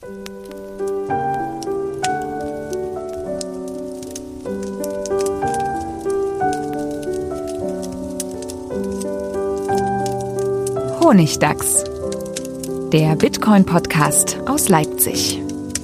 Honigdachs, der Bitcoin-Podcast aus Leipzig.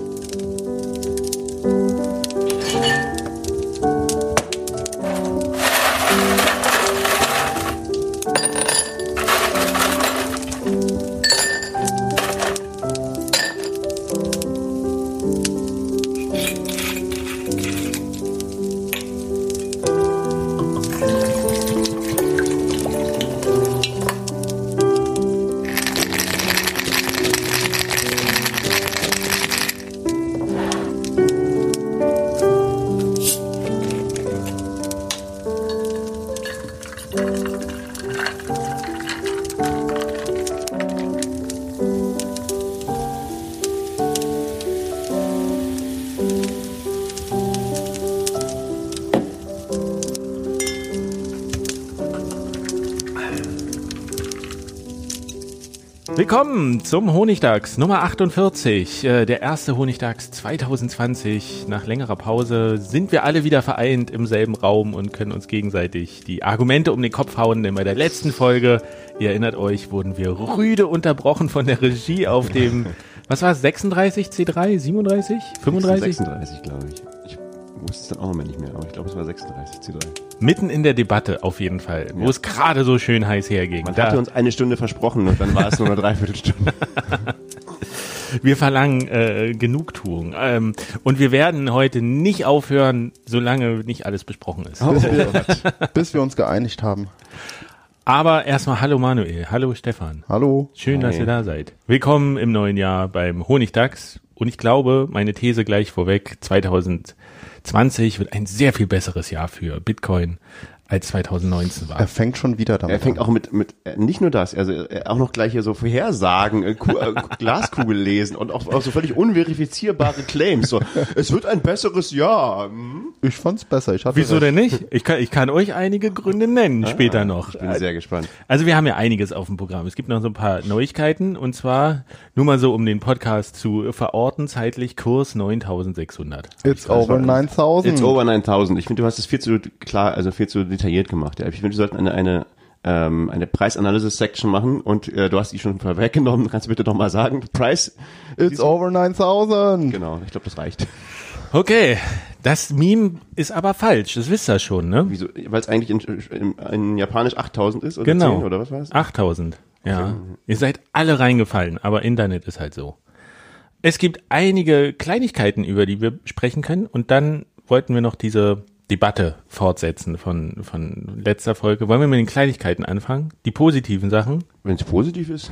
Willkommen zum Honigdachs Nummer 48, der erste Honigdachs 2020. Nach längerer Pause sind wir alle wieder vereint im selben Raum und können uns gegenseitig die Argumente um den Kopf hauen, denn bei der letzten Folge, ihr erinnert euch, wurden wir rüde unterbrochen von der Regie auf dem, was war es, 36 C3, 37, 35? 36, glaube ich. Ich wusste es dann auch noch nicht mehr, aber ich glaube, es war 36 C3. Mitten in der Debatte auf jeden Fall, wo es gerade so schön heiß herging. Man hatte uns eine Stunde versprochen und dann war es nur eine Dreiviertelstunde. Wir verlangen Genugtuung. Und wir werden heute nicht aufhören, solange nicht alles besprochen ist. Bis wir uns geeinigt haben. Aber erstmal hallo Manuel, hallo Stefan. Hallo. Schön, dass ihr da seid. Willkommen im neuen Jahr beim Honigdachs. Und ich glaube, meine These gleich vorweg, 2020 wird ein sehr viel besseres Jahr für Bitcoin als 2019 war. Er fängt schon wieder damit an. Er fängt auch mit nicht nur das, also auch noch gleich hier so Vorhersagen, Glaskugel lesen und auch so völlig unverifizierbare Claims. So, es wird ein besseres Jahr. Ich fand's besser. Wieso denn nicht? Ich kann euch einige Gründe nennen später noch. Ich bin sehr gespannt. Also wir haben ja einiges auf dem Programm. Es gibt noch so ein paar Neuigkeiten und zwar nur mal so, um den Podcast zu verorten, zeitlich Kurs 9.600. It's over 9.000. It's over 9.000. Ich finde, du hast es viel zu klar, also viel zu detailliert gemacht. Ja. Ich finde, wir sollten eine Preisanalysis-Section machen und du hast die schon vorweggenommen. Kannst du bitte noch mal sagen? Price? It's over 9.000. Genau, ich glaube, das reicht. Okay, das Meme ist aber falsch, das wisst ihr schon, ne? Wieso? Weil es eigentlich in Japanisch 8.000 ist oder genau. 10 oder was war es? 8.000, ja. Okay. Ihr seid alle reingefallen, aber Internet ist halt so. Es gibt einige Kleinigkeiten, über die wir sprechen können und dann wollten wir noch diese Debatte fortsetzen von letzter Folge. Wollen wir mit den Kleinigkeiten anfangen? Die positiven Sachen? Wenn es positiv ist.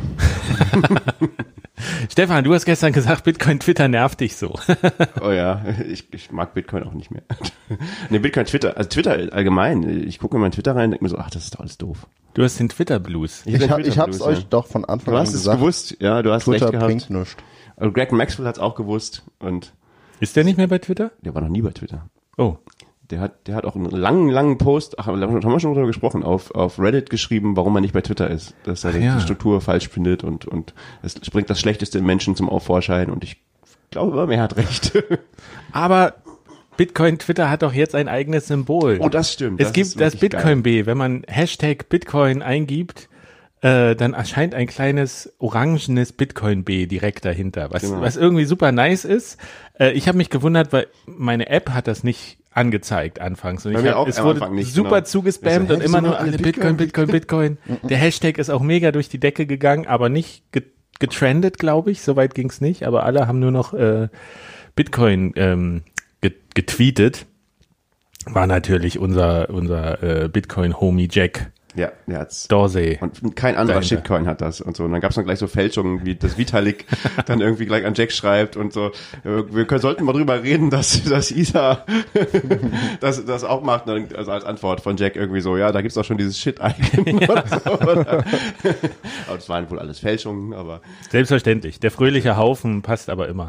Stefan, du hast gestern gesagt, Bitcoin Twitter nervt dich so. Oh ja, ich mag Bitcoin auch nicht mehr. Nee, Bitcoin Twitter, also Twitter allgemein. Ich gucke in mein Twitter rein und denke mir so, ach, das ist doch alles doof. Du hast den Twitter-Blues. Ich hab's euch doch von Anfang an gesagt. Du hast es gewusst, ja, du hast Twitter recht gehabt. bringt nichts. Also Greg Maxwell hat's auch gewusst und. Ist der nicht mehr bei Twitter? Der war noch nie bei Twitter. Oh. Der hat auch einen langen Post, haben wir schon drüber gesprochen, auf Reddit geschrieben, warum er nicht bei Twitter ist. Dass er die Struktur falsch findet und es bringt das Schlechteste im Menschen zum Vorschein und ich glaube, er hat recht. Aber Bitcoin Twitter hat doch jetzt ein eigenes Symbol. Oh, das stimmt. Es gibt das Bitcoin B. Wenn man Hashtag Bitcoin eingibt, dann erscheint ein kleines orangenes Bitcoin B direkt dahinter, was irgendwie super nice ist. Ich habe mich gewundert, weil meine App hat das nicht angezeigt anfangs und es wurde nicht, super zugespammt und immer nur alle Bitcoin. Der Hashtag ist auch mega durch die Decke gegangen, aber nicht getrendet, glaube ich. Soweit ging's nicht, aber alle haben nur noch Bitcoin getweetet. War natürlich unser Bitcoin-Homie Jack. Ja, der hat's. Dorsey. Und kein anderer Shitcoin hat das und so. Und dann gab's dann gleich so Fälschungen, wie das Vitalik dann irgendwie gleich an Jack schreibt und so. Wir sollten mal drüber reden, dass Ether das auch macht. Also als Antwort von Jack irgendwie so, ja, da gibt's auch schon dieses Shit-Icon oder so. Aber das waren wohl alles Fälschungen, aber. Selbstverständlich. Der fröhliche Haufen passt aber immer.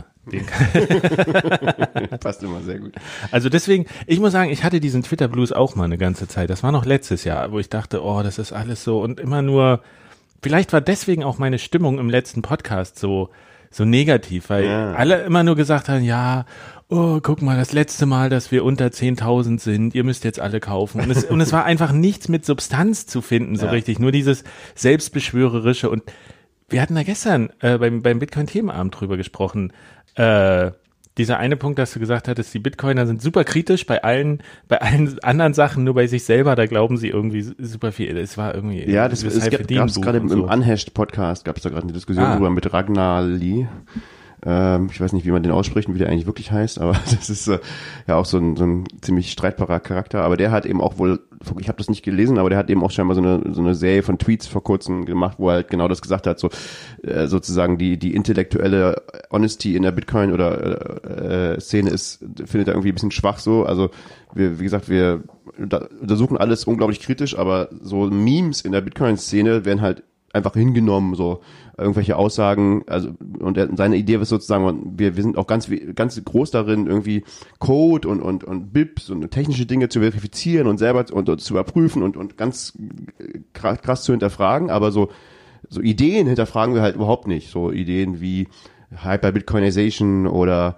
Passt immer sehr gut. Also deswegen, ich muss sagen, ich hatte diesen Twitter-Blues auch mal eine ganze Zeit. Das war noch letztes Jahr, wo ich dachte, oh, das ist alles so und immer nur, vielleicht war deswegen auch meine Stimmung im letzten Podcast so so negativ, weil alle immer nur gesagt haben, ja, oh, guck mal, das letzte Mal, dass wir unter 10.000 sind, ihr müsst jetzt alle kaufen. Und es war einfach nichts mit Substanz zu finden, so richtig, nur dieses Selbstbeschwörerische. Und wir hatten da gestern beim Bitcoin-Themenabend drüber gesprochen, dieser eine Punkt, dass du gesagt hattest, die Bitcoiner sind super kritisch bei allen anderen Sachen, nur bei sich selber, da glauben sie irgendwie super viel. Es war irgendwie. Ja, es gab es gerade im Unhashed-Podcast, gab es da gerade eine Diskussion drüber mit Ragnar Lee. Ich weiß nicht, wie man den ausspricht und wie der eigentlich wirklich heißt, aber das ist ja auch so ein ziemlich streitbarer Charakter. Aber der hat eben auch wohl, ich habe das nicht gelesen, aber der hat eben auch scheinbar so eine Serie von Tweets vor kurzem gemacht, wo er halt genau das gesagt hat, so sozusagen die intellektuelle Honesty in der Bitcoin oder Szene findet er irgendwie ein bisschen schwach so. Also wie gesagt, wir untersuchen alles unglaublich kritisch, aber so Memes in der Bitcoin-Szene werden halt einfach hingenommen, so irgendwelche Aussagen, also und seine Idee ist sozusagen, wir sind auch ganz groß darin, irgendwie Code und BIPs und technische Dinge zu verifizieren und selber und zu überprüfen und ganz krass zu hinterfragen, aber so Ideen hinterfragen wir halt überhaupt nicht, so Ideen wie Hyper-Bitcoinization oder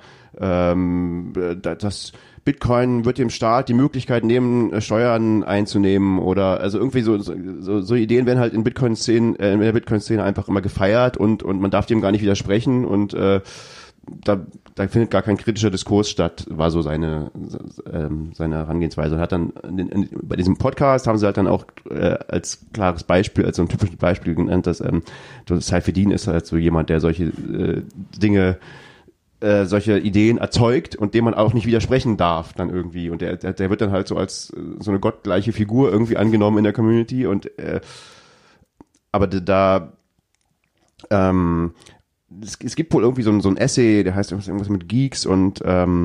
das Bitcoin wird dem Staat die Möglichkeit nehmen, Steuern einzunehmen oder also irgendwie so Ideen werden halt in der Bitcoin-Szene einfach immer gefeiert und man darf dem gar nicht widersprechen und da findet gar kein kritischer Diskurs statt, war so seine Herangehensweise. Und hat dann bei diesem Podcast haben sie halt dann auch als klares Beispiel, als so ein typisches Beispiel genannt, dass Saifedean ist halt so jemand, der solche Dinge solche Ideen erzeugt und dem man auch nicht widersprechen darf dann irgendwie und der wird dann halt so als so eine gottgleiche Figur irgendwie angenommen in der Community und aber es gibt wohl irgendwie so ein Essay, der heißt irgendwas mit Geeks und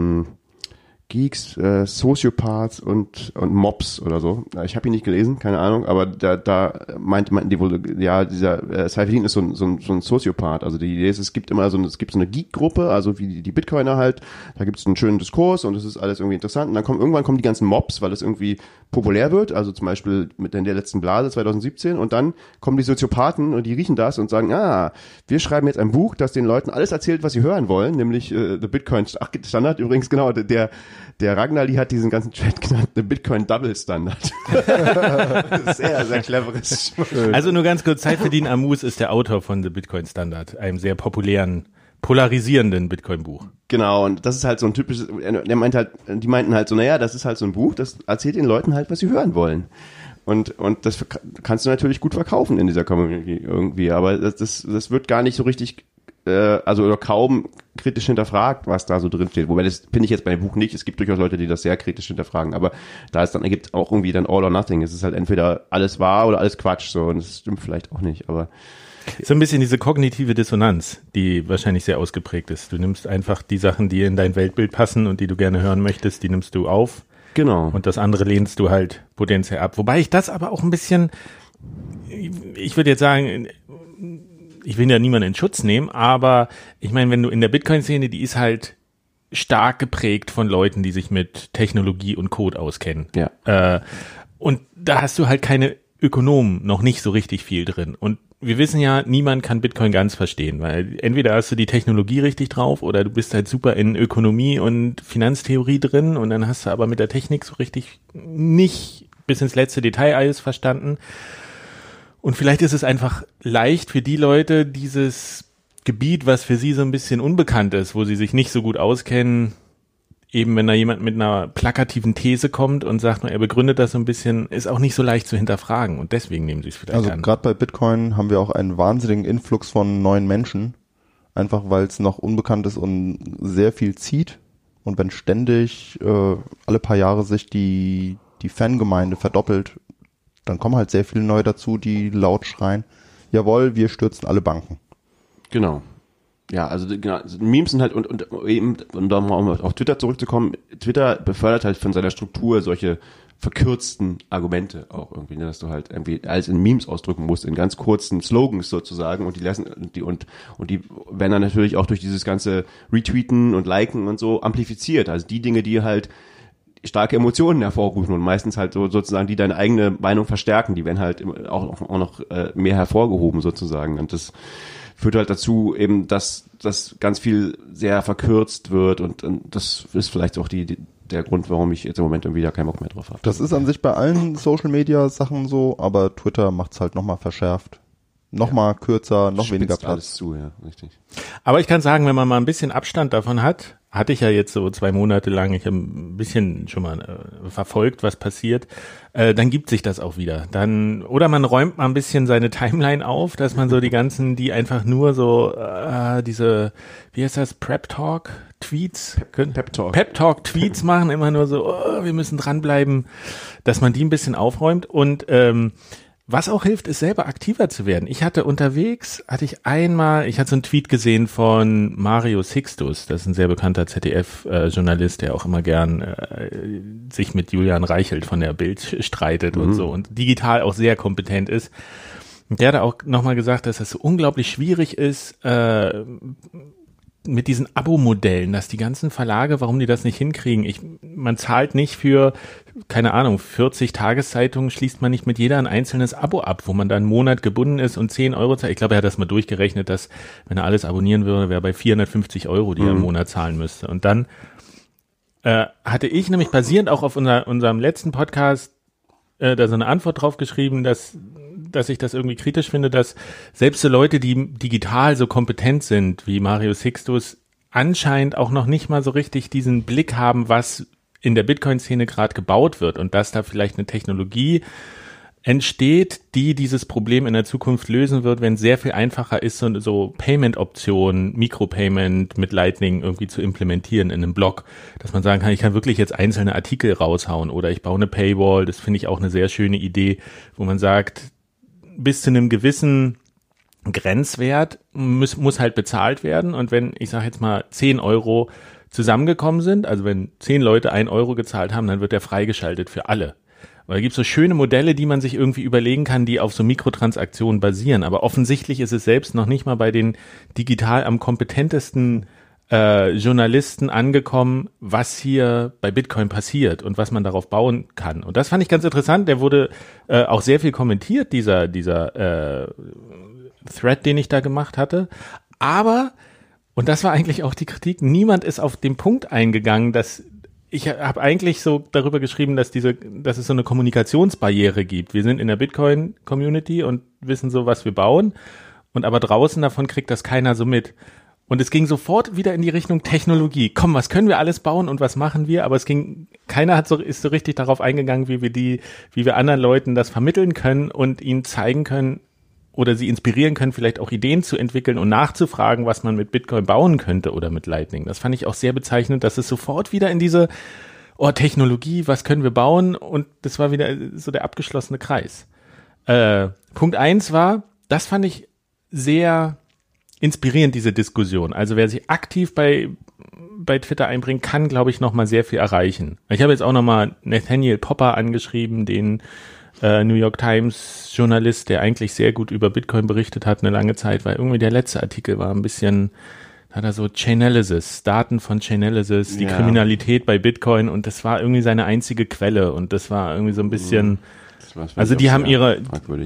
Sociopaths und Mobs oder so. Ich habe ihn nicht gelesen, keine Ahnung, aber da meinten die wohl, ja, dieser Saifedean ist so ein Soziopath. Also die Idee ist, es gibt so eine Geek-Gruppe, also wie die Bitcoiner halt, da gibt es einen schönen Diskurs und es ist alles irgendwie interessant und dann irgendwann kommen die ganzen Mobs, weil es irgendwie populär wird, also zum Beispiel mit in der letzten Blase 2017 und dann kommen die Soziopathen und die riechen das und sagen, wir schreiben jetzt ein Buch, das den Leuten alles erzählt, was sie hören wollen, nämlich The Bitcoin Standard, übrigens genau, der Ragnar Lee hat diesen ganzen Chat genannt, The Bitcoin Double Standard. Sehr, sehr cleveres. Also nur ganz kurz, Saifedean Ammous ist der Autor von The Bitcoin Standard, einem sehr populären, polarisierenden Bitcoin-Buch. Genau, und das ist halt so ein typisches, die meinten halt so, naja, das ist halt so ein Buch, das erzählt den Leuten halt, was sie hören wollen. Und das kannst du natürlich gut verkaufen in dieser Community irgendwie, aber das wird gar nicht so richtig oder kaum kritisch hinterfragt, was da so drin steht. Wobei das finde ich jetzt bei dem Buch nicht. Es gibt durchaus Leute, die das sehr kritisch hinterfragen, aber da ergibt auch irgendwie dann all or nothing. Es ist halt entweder alles wahr oder alles Quatsch, so, und das stimmt vielleicht auch nicht, aber. So ein bisschen diese kognitive Dissonanz, die wahrscheinlich sehr ausgeprägt ist. Du nimmst einfach die Sachen, die in dein Weltbild passen und die du gerne hören möchtest, die nimmst du auf. Genau. Und das andere lehnst du halt potenziell ab. Wobei ich das aber auch ein bisschen, ich würde jetzt sagen, ich will ja niemanden in Schutz nehmen, aber ich meine, wenn du in der Bitcoin-Szene, die ist halt stark geprägt von Leuten, die sich mit Technologie und Code auskennen. Ja. Und da hast du halt keine Ökonomen, noch nicht so richtig viel drin. Und wir wissen ja, niemand kann Bitcoin ganz verstehen, weil entweder hast du die Technologie richtig drauf oder du bist halt super in Ökonomie und Finanztheorie drin und dann hast du aber mit der Technik so richtig nicht bis ins letzte Detail alles verstanden. Und vielleicht ist es einfach leicht für die Leute, dieses Gebiet, was für sie so ein bisschen unbekannt ist, wo sie sich nicht so gut auskennen, eben wenn da jemand mit einer plakativen These kommt und sagt, er begründet das so ein bisschen, ist auch nicht so leicht zu hinterfragen und deswegen nehmen sie es vielleicht an. Also gerade bei Bitcoin haben wir auch einen wahnsinnigen Influx von neuen Menschen, einfach weil es noch unbekannt ist und sehr viel zieht. Und wenn ständig alle paar Jahre sich die Fangemeinde verdoppelt, dann kommen halt sehr viele neue dazu, die laut schreien, jawohl, wir stürzen alle Banken. Genau. Ja, also genau, Memes sind halt und eben, um da mal auf Twitter zurückzukommen, Twitter befördert halt von seiner Struktur solche verkürzten Argumente auch irgendwie, ne, dass du halt irgendwie alles in Memes ausdrücken musst, in ganz kurzen Slogans sozusagen und die werden dann natürlich auch durch dieses ganze Retweeten und Liken und so amplifiziert. Also die Dinge, die halt starke Emotionen hervorrufen und meistens halt so sozusagen, die deine eigene Meinung verstärken, die werden halt auch noch mehr hervorgehoben sozusagen. Und das führt halt dazu eben, dass das ganz viel sehr verkürzt wird und das ist vielleicht auch der Grund, warum ich jetzt im Moment irgendwie da keinen Bock mehr drauf habe. Das ist an sich bei allen Social-Media-Sachen so, aber Twitter macht's halt nochmal verschärft. Nochmal kürzer, noch weniger Platz. Alles zu, ja, richtig. Aber ich kann sagen, wenn man mal ein bisschen Abstand davon hat, hatte ich ja jetzt so 2 Monate lang, ich habe ein bisschen schon mal verfolgt, was passiert, dann gibt sich das auch wieder. Oder man räumt mal ein bisschen seine Timeline auf, dass man so die ganzen, die einfach nur so diese, wie heißt das, Prep Talk Tweets, Pep Talk Tweets machen, immer nur so, wir müssen dranbleiben, dass man die ein bisschen aufräumt und was auch hilft, ist selber aktiver zu werden. Ich hatte so einen Tweet gesehen von Mario Sixtus, das ist ein sehr bekannter ZDF-Journalist, der auch immer gern sich mit Julian Reichelt von der Bild streitet und so und digital auch sehr kompetent ist. Und der hat auch nochmal gesagt, dass das so unglaublich schwierig ist, mit diesen Abo-Modellen, dass die ganzen Verlage, warum die das nicht hinkriegen. Man zahlt nicht für, keine Ahnung, 40 Tageszeitungen, schließt man nicht mit jeder ein einzelnes Abo ab, wo man dann einen Monat gebunden ist und 10 Euro zahlt. Ich glaube, er hat das mal durchgerechnet, dass, wenn er alles abonnieren würde, wäre bei 450 Euro, die er im Monat zahlen müsste. Und dann hatte ich nämlich basierend auch auf unserem letzten Podcast da so eine Antwort drauf geschrieben, dass ich das irgendwie kritisch finde, dass selbst so Leute, die digital so kompetent sind, wie Mario Sixtus, anscheinend auch noch nicht mal so richtig diesen Blick haben, was in der Bitcoin-Szene gerade gebaut wird und dass da vielleicht eine Technologie entsteht, die dieses Problem in der Zukunft lösen wird, wenn es sehr viel einfacher ist, so Payment-Optionen, Micropayment mit Lightning irgendwie zu implementieren in einem Blog, dass man sagen kann, ich kann wirklich jetzt einzelne Artikel raushauen oder ich baue eine Paywall, das finde ich auch eine sehr schöne Idee, wo man sagt, bis zu einem gewissen Grenzwert muss halt bezahlt werden und wenn, ich sage jetzt mal, 10 Euro zusammengekommen sind, also wenn 10 Leute 1 Euro gezahlt haben, dann wird der freigeschaltet für alle. Und da gibt es so schöne Modelle, die man sich irgendwie überlegen kann, die auf so Mikrotransaktionen basieren, aber offensichtlich ist es selbst noch nicht mal bei den digital am kompetentesten Journalisten angekommen, was hier bei Bitcoin passiert und was man darauf bauen kann. Und das fand ich ganz interessant. Der wurde auch sehr viel kommentiert, dieser Thread, den ich da gemacht hatte. Aber, und das war eigentlich auch die Kritik, niemand ist auf den Punkt eingegangen, dass ich habe eigentlich so darüber geschrieben, dass es so eine Kommunikationsbarriere gibt. Wir sind in der Bitcoin-Community und wissen so, was wir bauen. Und aber draußen davon kriegt das keiner so mit. Und es ging sofort wieder in die Richtung Technologie. Komm, was können wir alles bauen und was machen wir? Aber keiner ist so richtig darauf eingegangen, wie wir anderen Leuten das vermitteln können und ihnen zeigen können oder sie inspirieren können, vielleicht auch Ideen zu entwickeln und nachzufragen, was man mit Bitcoin bauen könnte oder mit Lightning. Das fand ich auch sehr bezeichnend, dass es sofort wieder in diese Technologie, was können wir bauen? Und das war wieder so der abgeschlossene Kreis. Punkt 1 war, das fand ich sehr inspirierend, diese Diskussion. Also wer sich aktiv bei Twitter einbringt, kann, glaube ich, noch mal sehr viel erreichen. Ich habe jetzt auch noch mal Nathaniel Popper angeschrieben, den New York Times Journalist, der eigentlich sehr gut über Bitcoin berichtet hat, eine lange Zeit, weil irgendwie der letzte Artikel war ein bisschen, da hat er so Chainalysis, Daten von Chainalysis, die Kriminalität bei Bitcoin und das war irgendwie seine einzige Quelle und das war irgendwie so ein bisschen, also die haben ihre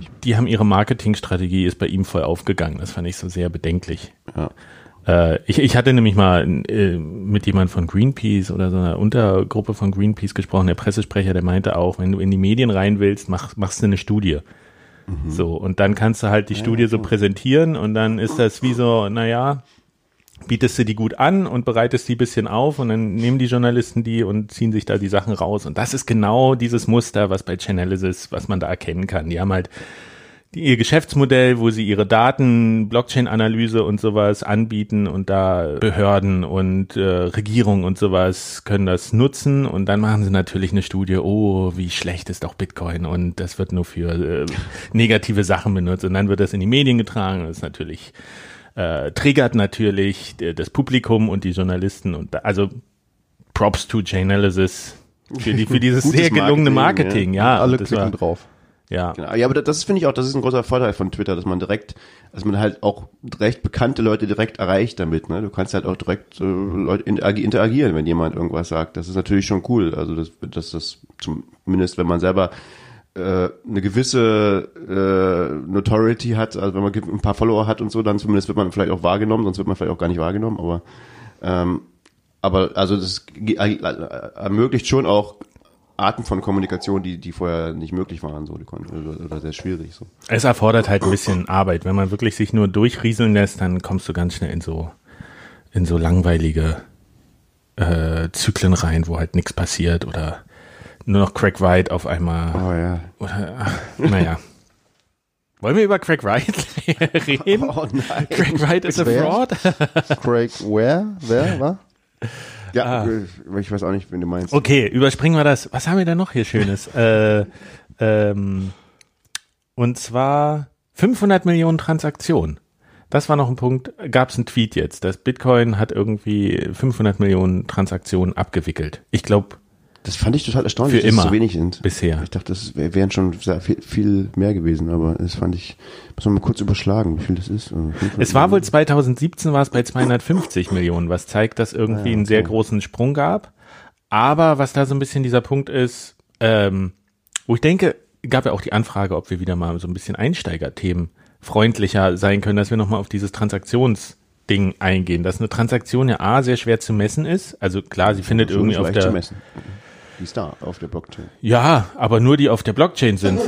Marketingstrategie ist bei ihm voll aufgegangen. Das fand ich so sehr bedenklich. Ja. Ich hatte nämlich mal mit jemand von Greenpeace oder so einer Untergruppe von Greenpeace gesprochen, der Pressesprecher, der meinte auch, wenn du in die Medien rein willst, machst du eine Studie. So, und dann kannst du halt die Studie so präsentieren und dann ist das wie so, bietest du die gut an und bereitest die ein bisschen auf und dann nehmen die Journalisten die und ziehen sich da die Sachen raus. Und das ist genau dieses Muster, was bei Chainalysis, was man da erkennen kann. Die haben halt ihr Geschäftsmodell, wo sie ihre Daten, Blockchain-Analyse und sowas anbieten und da Behörden und Regierungen und sowas können das nutzen und dann machen sie natürlich eine Studie, wie schlecht ist doch Bitcoin und das wird nur für negative Sachen benutzt und dann wird das in die Medien getragen. Das ist natürlich triggert natürlich das Publikum und die Journalisten und also Props to Chainalysis für dieses sehr gelungene Marketing. Ja, alle klicken drauf. Ja. Genau. Ja, aber das finde ich auch, das ist ein großer Vorteil von Twitter, dass man halt auch recht bekannte Leute direkt erreicht damit, ne? Du kannst halt auch direkt Leute interagieren, wenn jemand irgendwas sagt. Das ist natürlich schon cool. Also das zumindest, wenn man selber eine gewisse Notoriety hat, also wenn man ein paar Follower hat und so, dann zumindest wird man vielleicht auch wahrgenommen, sonst wird man vielleicht auch gar nicht wahrgenommen, aber also das ermöglicht schon auch Arten von Kommunikation, die vorher nicht möglich waren, so oder sehr schwierig. So. Es erfordert halt ein bisschen Arbeit. Wenn man wirklich sich nur durchrieseln lässt, dann kommst du ganz schnell in so langweilige Zyklen rein, wo halt nichts passiert oder nur noch Craig Wright auf einmal. Oh ja. Oder, naja. Wollen wir über Craig Wright reden? Oh nein. Craig Wright ist a fraud. Craig Wer, war? Ja, ich weiß auch nicht, wen du meinst. Okay, überspringen wir das. Was haben wir da noch hier Schönes? Und zwar 500 Millionen Transaktionen. Das war noch ein Punkt. Gab es einen Tweet jetzt, dass Bitcoin hat irgendwie 500 Millionen Transaktionen abgewickelt. Ich glaube, das fand ich total erstaunlich, dass es so wenig sind. Bisher. Ich dachte, das wären schon sehr viel mehr gewesen, aber das fand ich, muss man mal kurz überschlagen, wie viel das ist. Es war wohl 2017 war es bei 250 Millionen, was zeigt, dass irgendwie einen sehr großen Sprung gab. Aber was da so ein bisschen dieser Punkt ist, wo ich denke, gab ja auch die Anfrage, ob wir wieder mal so ein bisschen Einsteigerthemen freundlicher sein können, dass wir nochmal auf dieses Transaktionsding eingehen, dass eine Transaktion ja sehr schwer zu messen ist. Also klar, sie findet irgendwie auf der... zu messen. Die ist da auf der Blockchain. Ja, aber nur die auf der Blockchain sind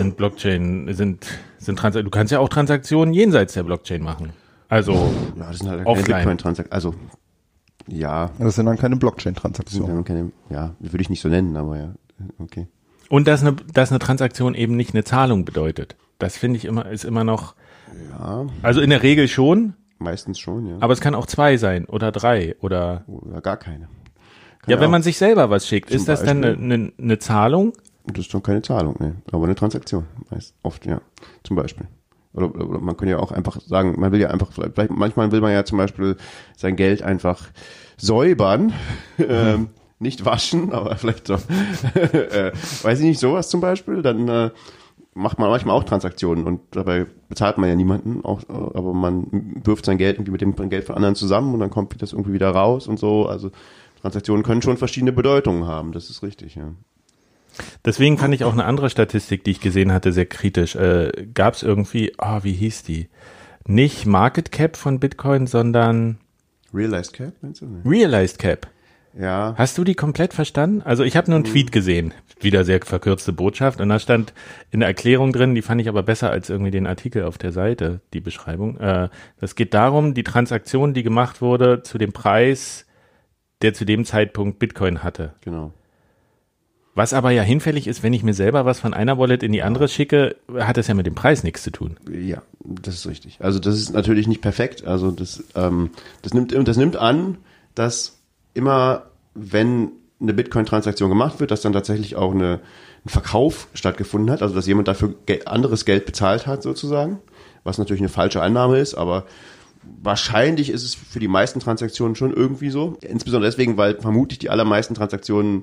du kannst ja auch Transaktionen jenseits der Blockchain machen. Also ja, das sind halt offline. keine Bitcoin-Transaktionen. Also ja. Das sind dann keine Blockchain-Transaktionen. Ja, würde ich nicht so nennen, aber ja, okay. Und dass eine Transaktion eben nicht eine Zahlung bedeutet. Das finde ich ist immer noch. Ja. Also in der Regel schon. Meistens schon, ja. Aber es kann auch 2 sein oder 3 oder gar keine. Ja, wenn man sich selber was schickt, ist das dann eine Zahlung? Das ist doch keine Zahlung, ne. Aber eine Transaktion. Oft, ja. Zum Beispiel. Oder man könnte ja auch einfach sagen, man will ja einfach, vielleicht manchmal will man ja zum Beispiel sein Geld einfach säubern, nicht waschen, aber vielleicht so, weiß ich nicht, sowas zum Beispiel, dann macht man manchmal auch Transaktionen und dabei bezahlt man ja niemanden, aber man wirft sein Geld irgendwie mit dem Geld von anderen zusammen und dann kommt das irgendwie wieder raus und so, also Transaktionen können schon verschiedene Bedeutungen haben, das ist richtig, ja. Deswegen fand ich auch eine andere Statistik, die ich gesehen hatte, sehr kritisch. Gab es irgendwie, wie hieß die? Nicht Market Cap von Bitcoin, sondern Realized Cap, meinst du? Ne? Realized Cap. Ja. Hast du die komplett verstanden? Also ich habe nur einen Tweet gesehen, wieder sehr verkürzte Botschaft und da stand in der Erklärung drin, die fand ich aber besser als irgendwie den Artikel auf der Seite, die Beschreibung. Das geht darum, die Transaktion, die gemacht wurde zu dem Preis, der zu dem Zeitpunkt Bitcoin hatte. Genau. Was aber ja hinfällig ist, wenn ich mir selber was von einer Wallet in die andere schicke, hat das ja mit dem Preis nichts zu tun. Ja, das ist richtig. Also das ist natürlich nicht perfekt. Also das nimmt an, dass immer, wenn eine Bitcoin-Transaktion gemacht wird, dass dann tatsächlich auch ein Verkauf stattgefunden hat, also dass jemand dafür anderes Geld bezahlt hat sozusagen, was natürlich eine falsche Annahme ist, aber wahrscheinlich ist es für die meisten Transaktionen schon irgendwie so. Insbesondere deswegen, weil vermutlich die allermeisten Transaktionen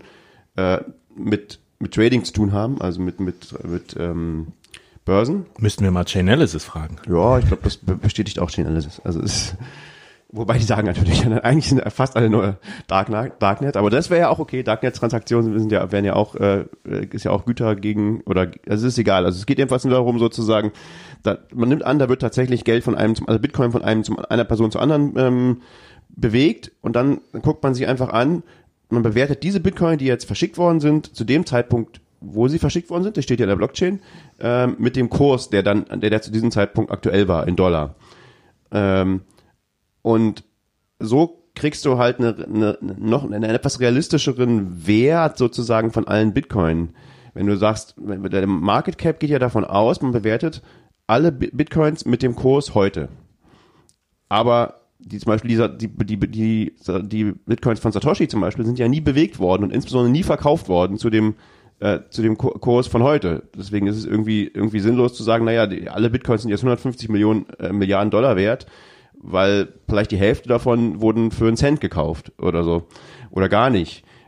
mit Trading zu tun haben, also mit Börsen. Müssten wir mal Chainalysis fragen. Ja, ich glaube, das bestätigt auch Chainalysis. Also wobei die sagen natürlich, eigentlich sind fast alle nur Darknet, aber das wäre ja auch okay. Darknet-Transaktionen ist ja auch Güter gegen, oder es ist egal. Also es geht jedenfalls nur darum, sozusagen, man nimmt an, da wird tatsächlich Geld also Bitcoin von einer Person zur anderen bewegt und dann guckt man sich einfach an, man bewertet diese Bitcoin, die jetzt verschickt worden sind, zu dem Zeitpunkt, wo sie verschickt worden sind, das steht ja in der Blockchain, mit dem Kurs, der zu diesem Zeitpunkt aktuell war, in Dollar. Und so kriegst du halt einen etwas realistischeren Wert sozusagen von allen Bitcoin. Wenn du sagst, der Market Cap geht ja davon aus, man bewertet alle Bitcoins mit dem Kurs heute. Aber zum Beispiel die Bitcoins von Satoshi zum Beispiel sind ja nie bewegt worden und insbesondere nie verkauft worden zu dem Kurs von heute. Deswegen ist es irgendwie sinnlos zu sagen, alle Bitcoins sind jetzt 150 Milliarden Dollar wert, weil vielleicht die Hälfte davon wurden für einen Cent gekauft oder so. Oder gar nicht.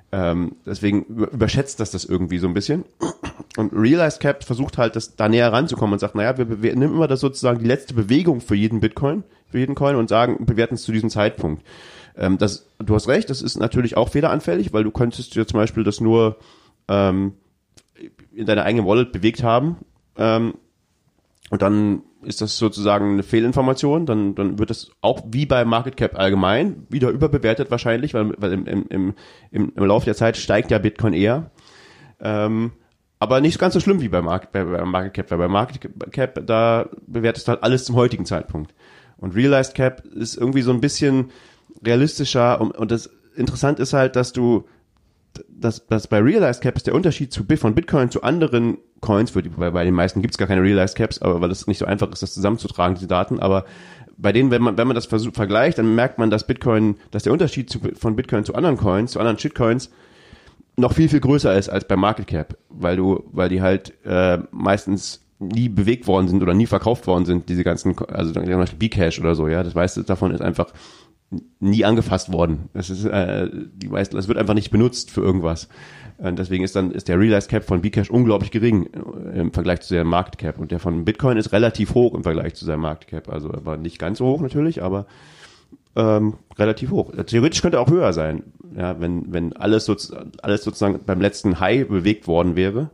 Deswegen überschätzt das irgendwie so ein bisschen. Und Realized Cap versucht halt, das da näher ranzukommen und sagt, naja, wir nehmen immer das sozusagen die letzte Bewegung für jeden Bitcoin, für jeden Coin und bewerten es zu diesem Zeitpunkt. Du hast recht, das ist natürlich auch fehleranfällig, weil du könntest ja zum Beispiel das nur in deiner eigenen Wallet bewegt haben und dann ist das sozusagen eine Fehlinformation, dann wird das auch wie bei Market Cap allgemein wieder überbewertet wahrscheinlich, weil im Laufe der Zeit steigt ja Bitcoin eher. Aber nicht ganz so schlimm wie bei Market Cap, weil bei Market Cap, da bewertest du halt alles zum heutigen Zeitpunkt. Und Realized Cap ist irgendwie so ein bisschen realistischer und das interessant ist halt, dass bei Realized Cap ist der Unterschied von Bitcoin zu anderen Coins, bei den meisten gibt es gar keine Realized Caps, aber weil es nicht so einfach ist, das zusammenzutragen, diese Daten, aber bei denen, wenn man das vergleicht, dann merkt man, dass der Unterschied von Bitcoin zu anderen Coins, zu anderen Shitcoins noch viel, viel größer ist als bei Market Cap, weil die halt meistens nie bewegt worden sind oder nie verkauft worden sind, diese ganzen, also zum Beispiel Bcash oder so, ja, das meiste davon ist einfach nie angefasst worden. Das wird einfach nicht benutzt für irgendwas. Und deswegen ist der Realized Cap von Bcash unglaublich gering im Vergleich zu seinem Market Cap. Und der von Bitcoin ist relativ hoch im Vergleich zu seinem Market Cap. Also er war nicht ganz so hoch natürlich, aber relativ hoch. Theoretisch könnte er auch höher sein, ja, wenn alles sozusagen beim letzten High bewegt worden wäre.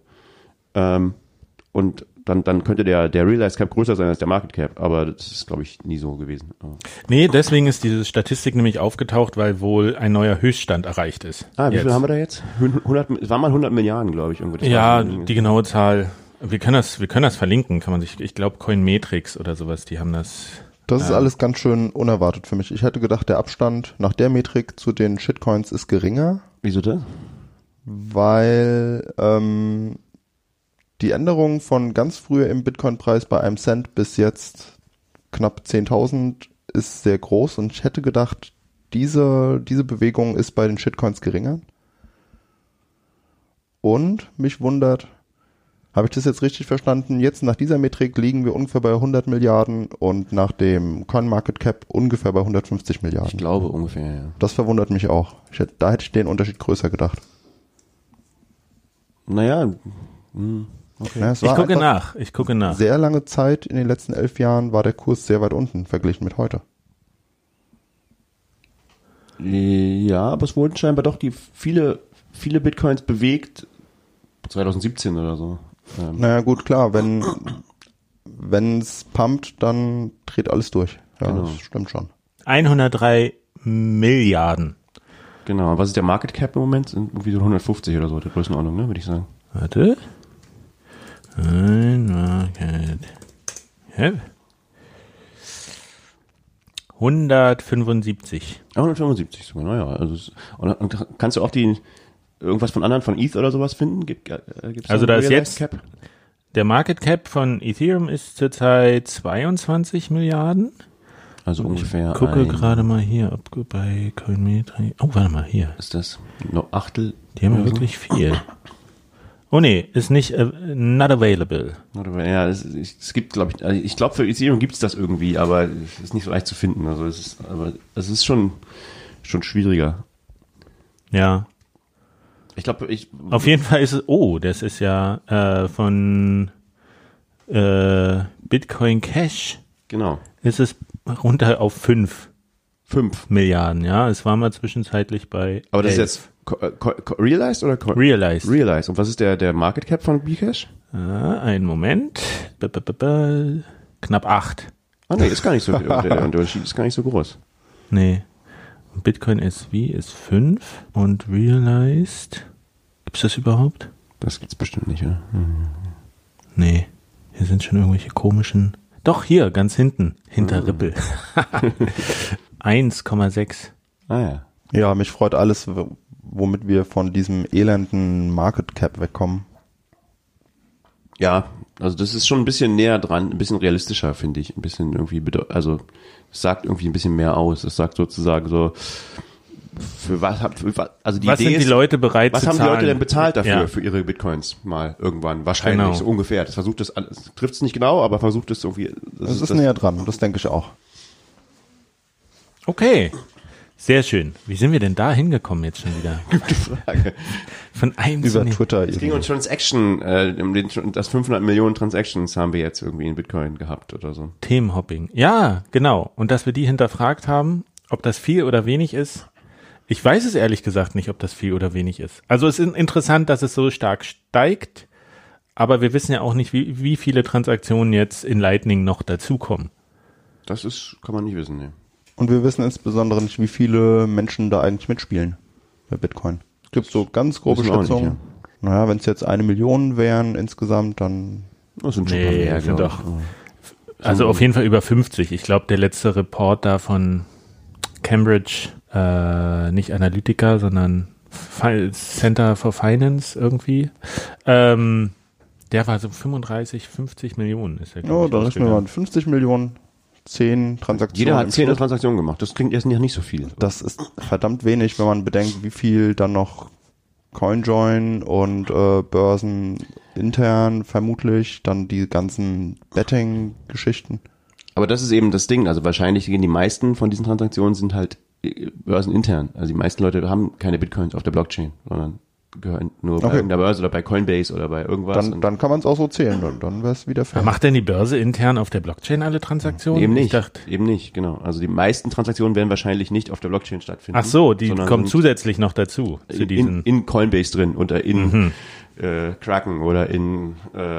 Und dann könnte der Realized Cap größer sein als der Market Cap, aber das ist, glaube ich, nie so gewesen. Nee, deswegen ist diese Statistik nämlich aufgetaucht, weil wohl ein neuer Höchststand erreicht ist. Wie viel haben wir da jetzt? 100, es waren mal 100 Milliarden, glaube ich. Irgendwie. Ja, die genaue Zahl. Wir können das verlinken, ich glaube Coinmetrics oder sowas, die haben das. Das ist alles ganz schön unerwartet für mich. Ich hätte gedacht, der Abstand nach der Metrik zu den Shitcoins ist geringer. Wieso das? Weil die Änderung von ganz früher im Bitcoin-Preis bei 1 Cent bis jetzt knapp 10.000 ist sehr groß und ich hätte gedacht, diese Bewegung ist bei den Shitcoins geringer. Und mich wundert, habe ich das jetzt richtig verstanden? Jetzt nach dieser Metrik liegen wir ungefähr bei 100 Milliarden und nach dem Coin-Market-Cap ungefähr bei 150 Milliarden. Ich glaube ungefähr, ja. Das verwundert mich auch. Da hätte ich den Unterschied größer gedacht. Naja, okay. Ja, ich gucke nach. Sehr lange Zeit in den letzten 11 Jahren war der Kurs sehr weit unten verglichen mit heute. Ja, aber es wurden scheinbar doch viele Bitcoins bewegt, 2017 oder so. Naja gut, klar, wenn es pumpt, dann dreht alles durch. Ja, genau. Das stimmt schon. 103 Milliarden. Genau, was ist der Market Cap im Moment? Sind irgendwie so 150 oder so, der Größenordnung, ne, würde ich sagen. Warte. Ein Market Cap. 175. 175 sogar, naja. Also und kannst du auch irgendwas von ETH oder sowas finden? Gibt's also da ist jetzt Cap? Der Market Cap von Ethereum ist zurzeit 22 Milliarden. Also und ungefähr. Ich gucke gerade mal hier, ob bei Coinmetrics. Oh, warte mal, hier. Ist das noch Achtel? Die haben ja wirklich viel. Oh nee, ist nicht, not available. Ja, es gibt, glaube ich, also ich glaube für Ethereum gibt es das irgendwie, aber es ist nicht so leicht zu finden. Also es ist schon schwieriger. Ja. Ich glaube, auf jeden Fall ist es, das ist ja von Bitcoin Cash. Genau. Ist es runter auf 5 Milliarden, ja. Es war mal zwischenzeitlich bei Aber das 11. Ist jetzt Realized oder Realized. Realized. Und was ist der Market Cap von Bcash? Einen Moment. Knapp 8. Ah nee, ist gar nicht so viel. Der Unterschied ist gar nicht so groß. Nee. Bitcoin SV ist 5 und Realized. Gibt's das überhaupt? Das gibt's bestimmt nicht, oder? Nee. Hier sind schon irgendwelche komischen. Doch, hier, ganz hinten. Hinter Ripple. 1,6. Ah ja. Ja, mich freut alles, womit wir von diesem elenden Market Cap wegkommen. Ja, also das ist schon ein bisschen näher dran, ein bisschen realistischer, finde ich. Ein bisschen irgendwie, also es sagt irgendwie ein bisschen mehr aus. Es sagt sozusagen so, also die was Idee sind die Leute bereit zu zahlen? Was haben die Leute denn bezahlt dafür, für ihre Bitcoins mal irgendwann? Wahrscheinlich, genau. So ungefähr. Das versucht es, trifft es nicht genau, aber versucht es irgendwie. Das ist näher dran, das denke ich auch. Okay. Sehr schön. Wie sind wir denn da hingekommen jetzt schon wieder? Gute Frage. Von einem zu Über dem- Twitter. Es ging um Transaction, das 500 Millionen Transactions haben wir jetzt irgendwie in Bitcoin gehabt oder so. Themenhopping. Ja, genau. Und dass wir die hinterfragt haben, ob das viel oder wenig ist. Ich weiß es ehrlich gesagt nicht, ob das viel oder wenig ist. Also es ist interessant, dass es so stark steigt, aber wir wissen ja auch nicht, wie viele Transaktionen jetzt in Lightning noch dazukommen. Kann man nicht wissen, ne. Und wir wissen insbesondere nicht, wie viele Menschen da eigentlich mitspielen bei Bitcoin. Es gibt so ganz grobe wissen wir auch nicht, Schätzungen. Naja, wenn es jetzt 1 Million wären insgesamt, dann Das sind schon ein paar mehr, sind glaub doch, ich. also auf jeden Fall über 50. Ich glaube, der letzte Report da von Cambridge, nicht Analytica, sondern Center for Finance irgendwie, der war so 35, 50 Millionen ist er, glaub ja, ich, dann rechnen wir mal ausgegangen. 50 Millionen, 10 Transaktionen. Jeder hat im 10 Schnitt. Transaktionen gemacht. Das klingt erst nicht so viel. Das ist verdammt wenig, wenn man bedenkt, wie viel dann noch CoinJoin und Börsen intern vermutlich, dann die ganzen Betting-Geschichten. Aber das ist eben das Ding. Also wahrscheinlich gehen die meisten von diesen Transaktionen sind halt börsenintern. Also die meisten Leute haben keine Bitcoins auf der Blockchain, sondern gehören nur bei Okay. irgendeiner Börse oder bei Coinbase oder bei irgendwas. Dann kann man es auch so zählen, dann wäre es wieder fair. Macht denn die Börse intern auf der Blockchain alle Transaktionen? Eben Ich nicht, dachte, genau. Also die meisten Transaktionen werden wahrscheinlich nicht auf der Blockchain stattfinden. ach so, die sondern kommen sind zusätzlich noch dazu. Zu diesen. in Coinbase drin oder in Kraken oder in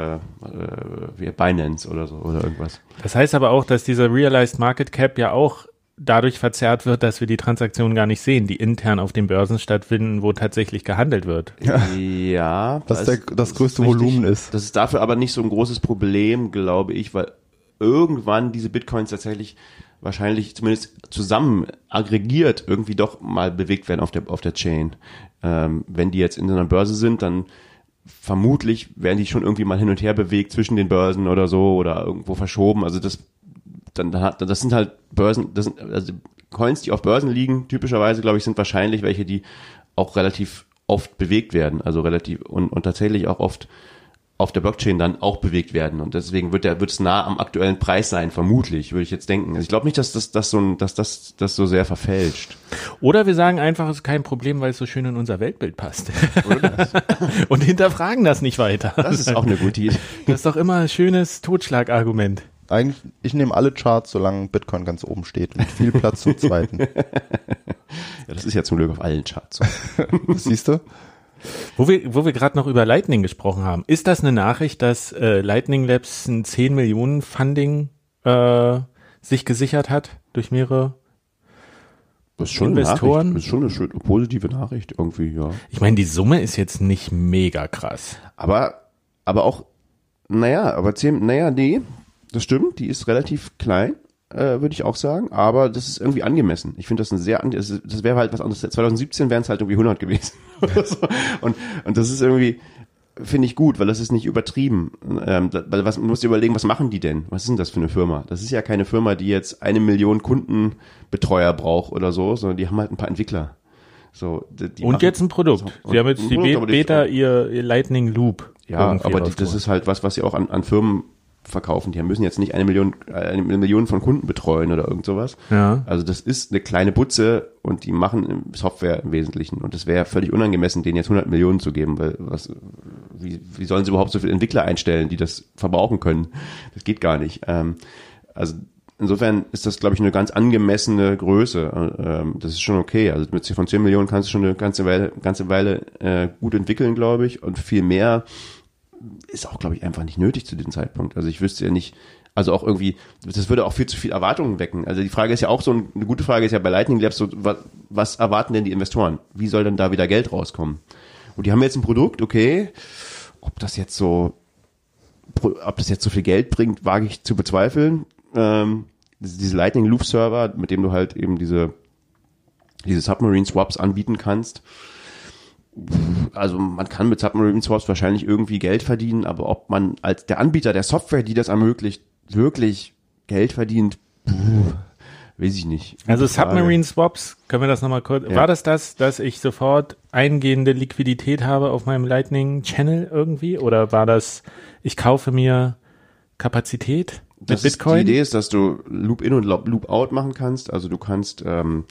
wie Binance oder so oder irgendwas. Das heißt aber auch, dass dieser Realized Market Cap ja auch dadurch verzerrt wird, dass wir die Transaktionen gar nicht sehen, die intern auf den Börsen stattfinden, wo tatsächlich gehandelt wird. Ja, Dass das größte richtig. Volumen ist. Das ist dafür aber nicht so ein großes Problem, glaube ich, weil irgendwann diese Bitcoins tatsächlich wahrscheinlich zumindest zusammen aggregiert irgendwie doch mal bewegt werden auf der Chain. Wenn die jetzt in so einer Börse sind, dann vermutlich werden die schon irgendwie mal hin und her bewegt zwischen den Börsen oder so oder irgendwo verschoben. Also das sind halt Börsen, das sind also Coins, die auf Börsen liegen, typischerweise, glaube ich, sind wahrscheinlich welche, die auch relativ oft bewegt werden, also relativ und tatsächlich auch oft auf der Blockchain dann auch bewegt werden und deswegen wird es nah am aktuellen Preis sein, vermutlich, würde ich jetzt denken. Also ich glaube nicht, dass das so sehr verfälscht. Oder wir sagen einfach, es ist kein Problem, weil es so schön in unser Weltbild passt. Und hinterfragen das nicht weiter. Das ist auch eine gute Idee. Das ist doch immer ein schönes Totschlagargument. Eigentlich, ich nehme alle Charts, solange Bitcoin ganz oben steht, mit viel Platz zum zweiten. Ja, das ist ja zum Glück auf allen Charts. Siehst du? Wo wir gerade noch über Lightning gesprochen haben, ist das eine Nachricht, dass Lightning Labs ein 10 Millionen Funding sich gesichert hat durch mehrere Das ist schon Investoren? Das ist schon eine schöne, positive Nachricht irgendwie, ja. Ich meine, die Summe ist jetzt nicht mega krass. Aber auch, nee, das stimmt, die ist relativ klein, würde ich auch sagen, aber das ist irgendwie angemessen. Ich finde das das wäre halt was anderes. 2017 wären es halt irgendwie 100 gewesen. Oder so. Und das ist irgendwie, finde ich gut, weil das ist nicht übertrieben. Man muss dir überlegen, was machen die denn? Was ist denn das für eine Firma? Das ist ja keine Firma, die jetzt 1 Million Kundenbetreuer braucht oder so, sondern die haben halt ein paar Entwickler. So, die Und machen, jetzt ein Produkt. So, Sie haben jetzt ein die Produkt, aber Beta, das- ihr Lightning Loop. Ja, irgendwie aber das rausgebracht. ist halt was sie auch an Firmen verkaufen. Die müssen jetzt nicht eine Million von Kunden betreuen oder irgend sowas. Ja. Also das ist eine kleine Butze und die machen Software im Wesentlichen. Und es wäre völlig unangemessen, denen jetzt 100 Millionen zu geben, weil wie sollen sie überhaupt so viele Entwickler einstellen, die das verbrauchen können? Das geht gar nicht. Also insofern ist das, glaube ich, eine ganz angemessene Größe. Das ist schon okay. Also von 10 Millionen kannst du schon eine ganze Weile gut entwickeln, glaube ich. Und viel mehr ist auch, glaube ich, einfach nicht nötig zu diesem Zeitpunkt. Also ich wüsste ja nicht, also auch irgendwie, das würde auch viel zu viel Erwartungen wecken. Also die Frage ist ja auch so, eine gute Frage ist ja bei Lightning Labs so, was erwarten denn die Investoren? Wie soll denn da wieder Geld rauskommen? Und die haben jetzt ein Produkt, okay, ob das jetzt so viel Geld bringt, wage ich zu bezweifeln. Diese Lightning Loop Server, mit dem du halt eben diese Submarine Swaps anbieten kannst. Also man kann mit Submarine Swaps wahrscheinlich irgendwie Geld verdienen, aber ob man als der Anbieter der Software, die das ermöglicht, wirklich Geld verdient, weiß ich nicht. Also Gute Frage. Submarine Swaps, können wir das nochmal kurz, Ja. war das, dass ich sofort eingehende Liquidität habe auf meinem Lightning Channel irgendwie? Oder war das, ich kaufe mir Kapazität mit Bitcoin? Die Idee ist, dass du Loop-In und Loop-Out machen kannst. Also du kannst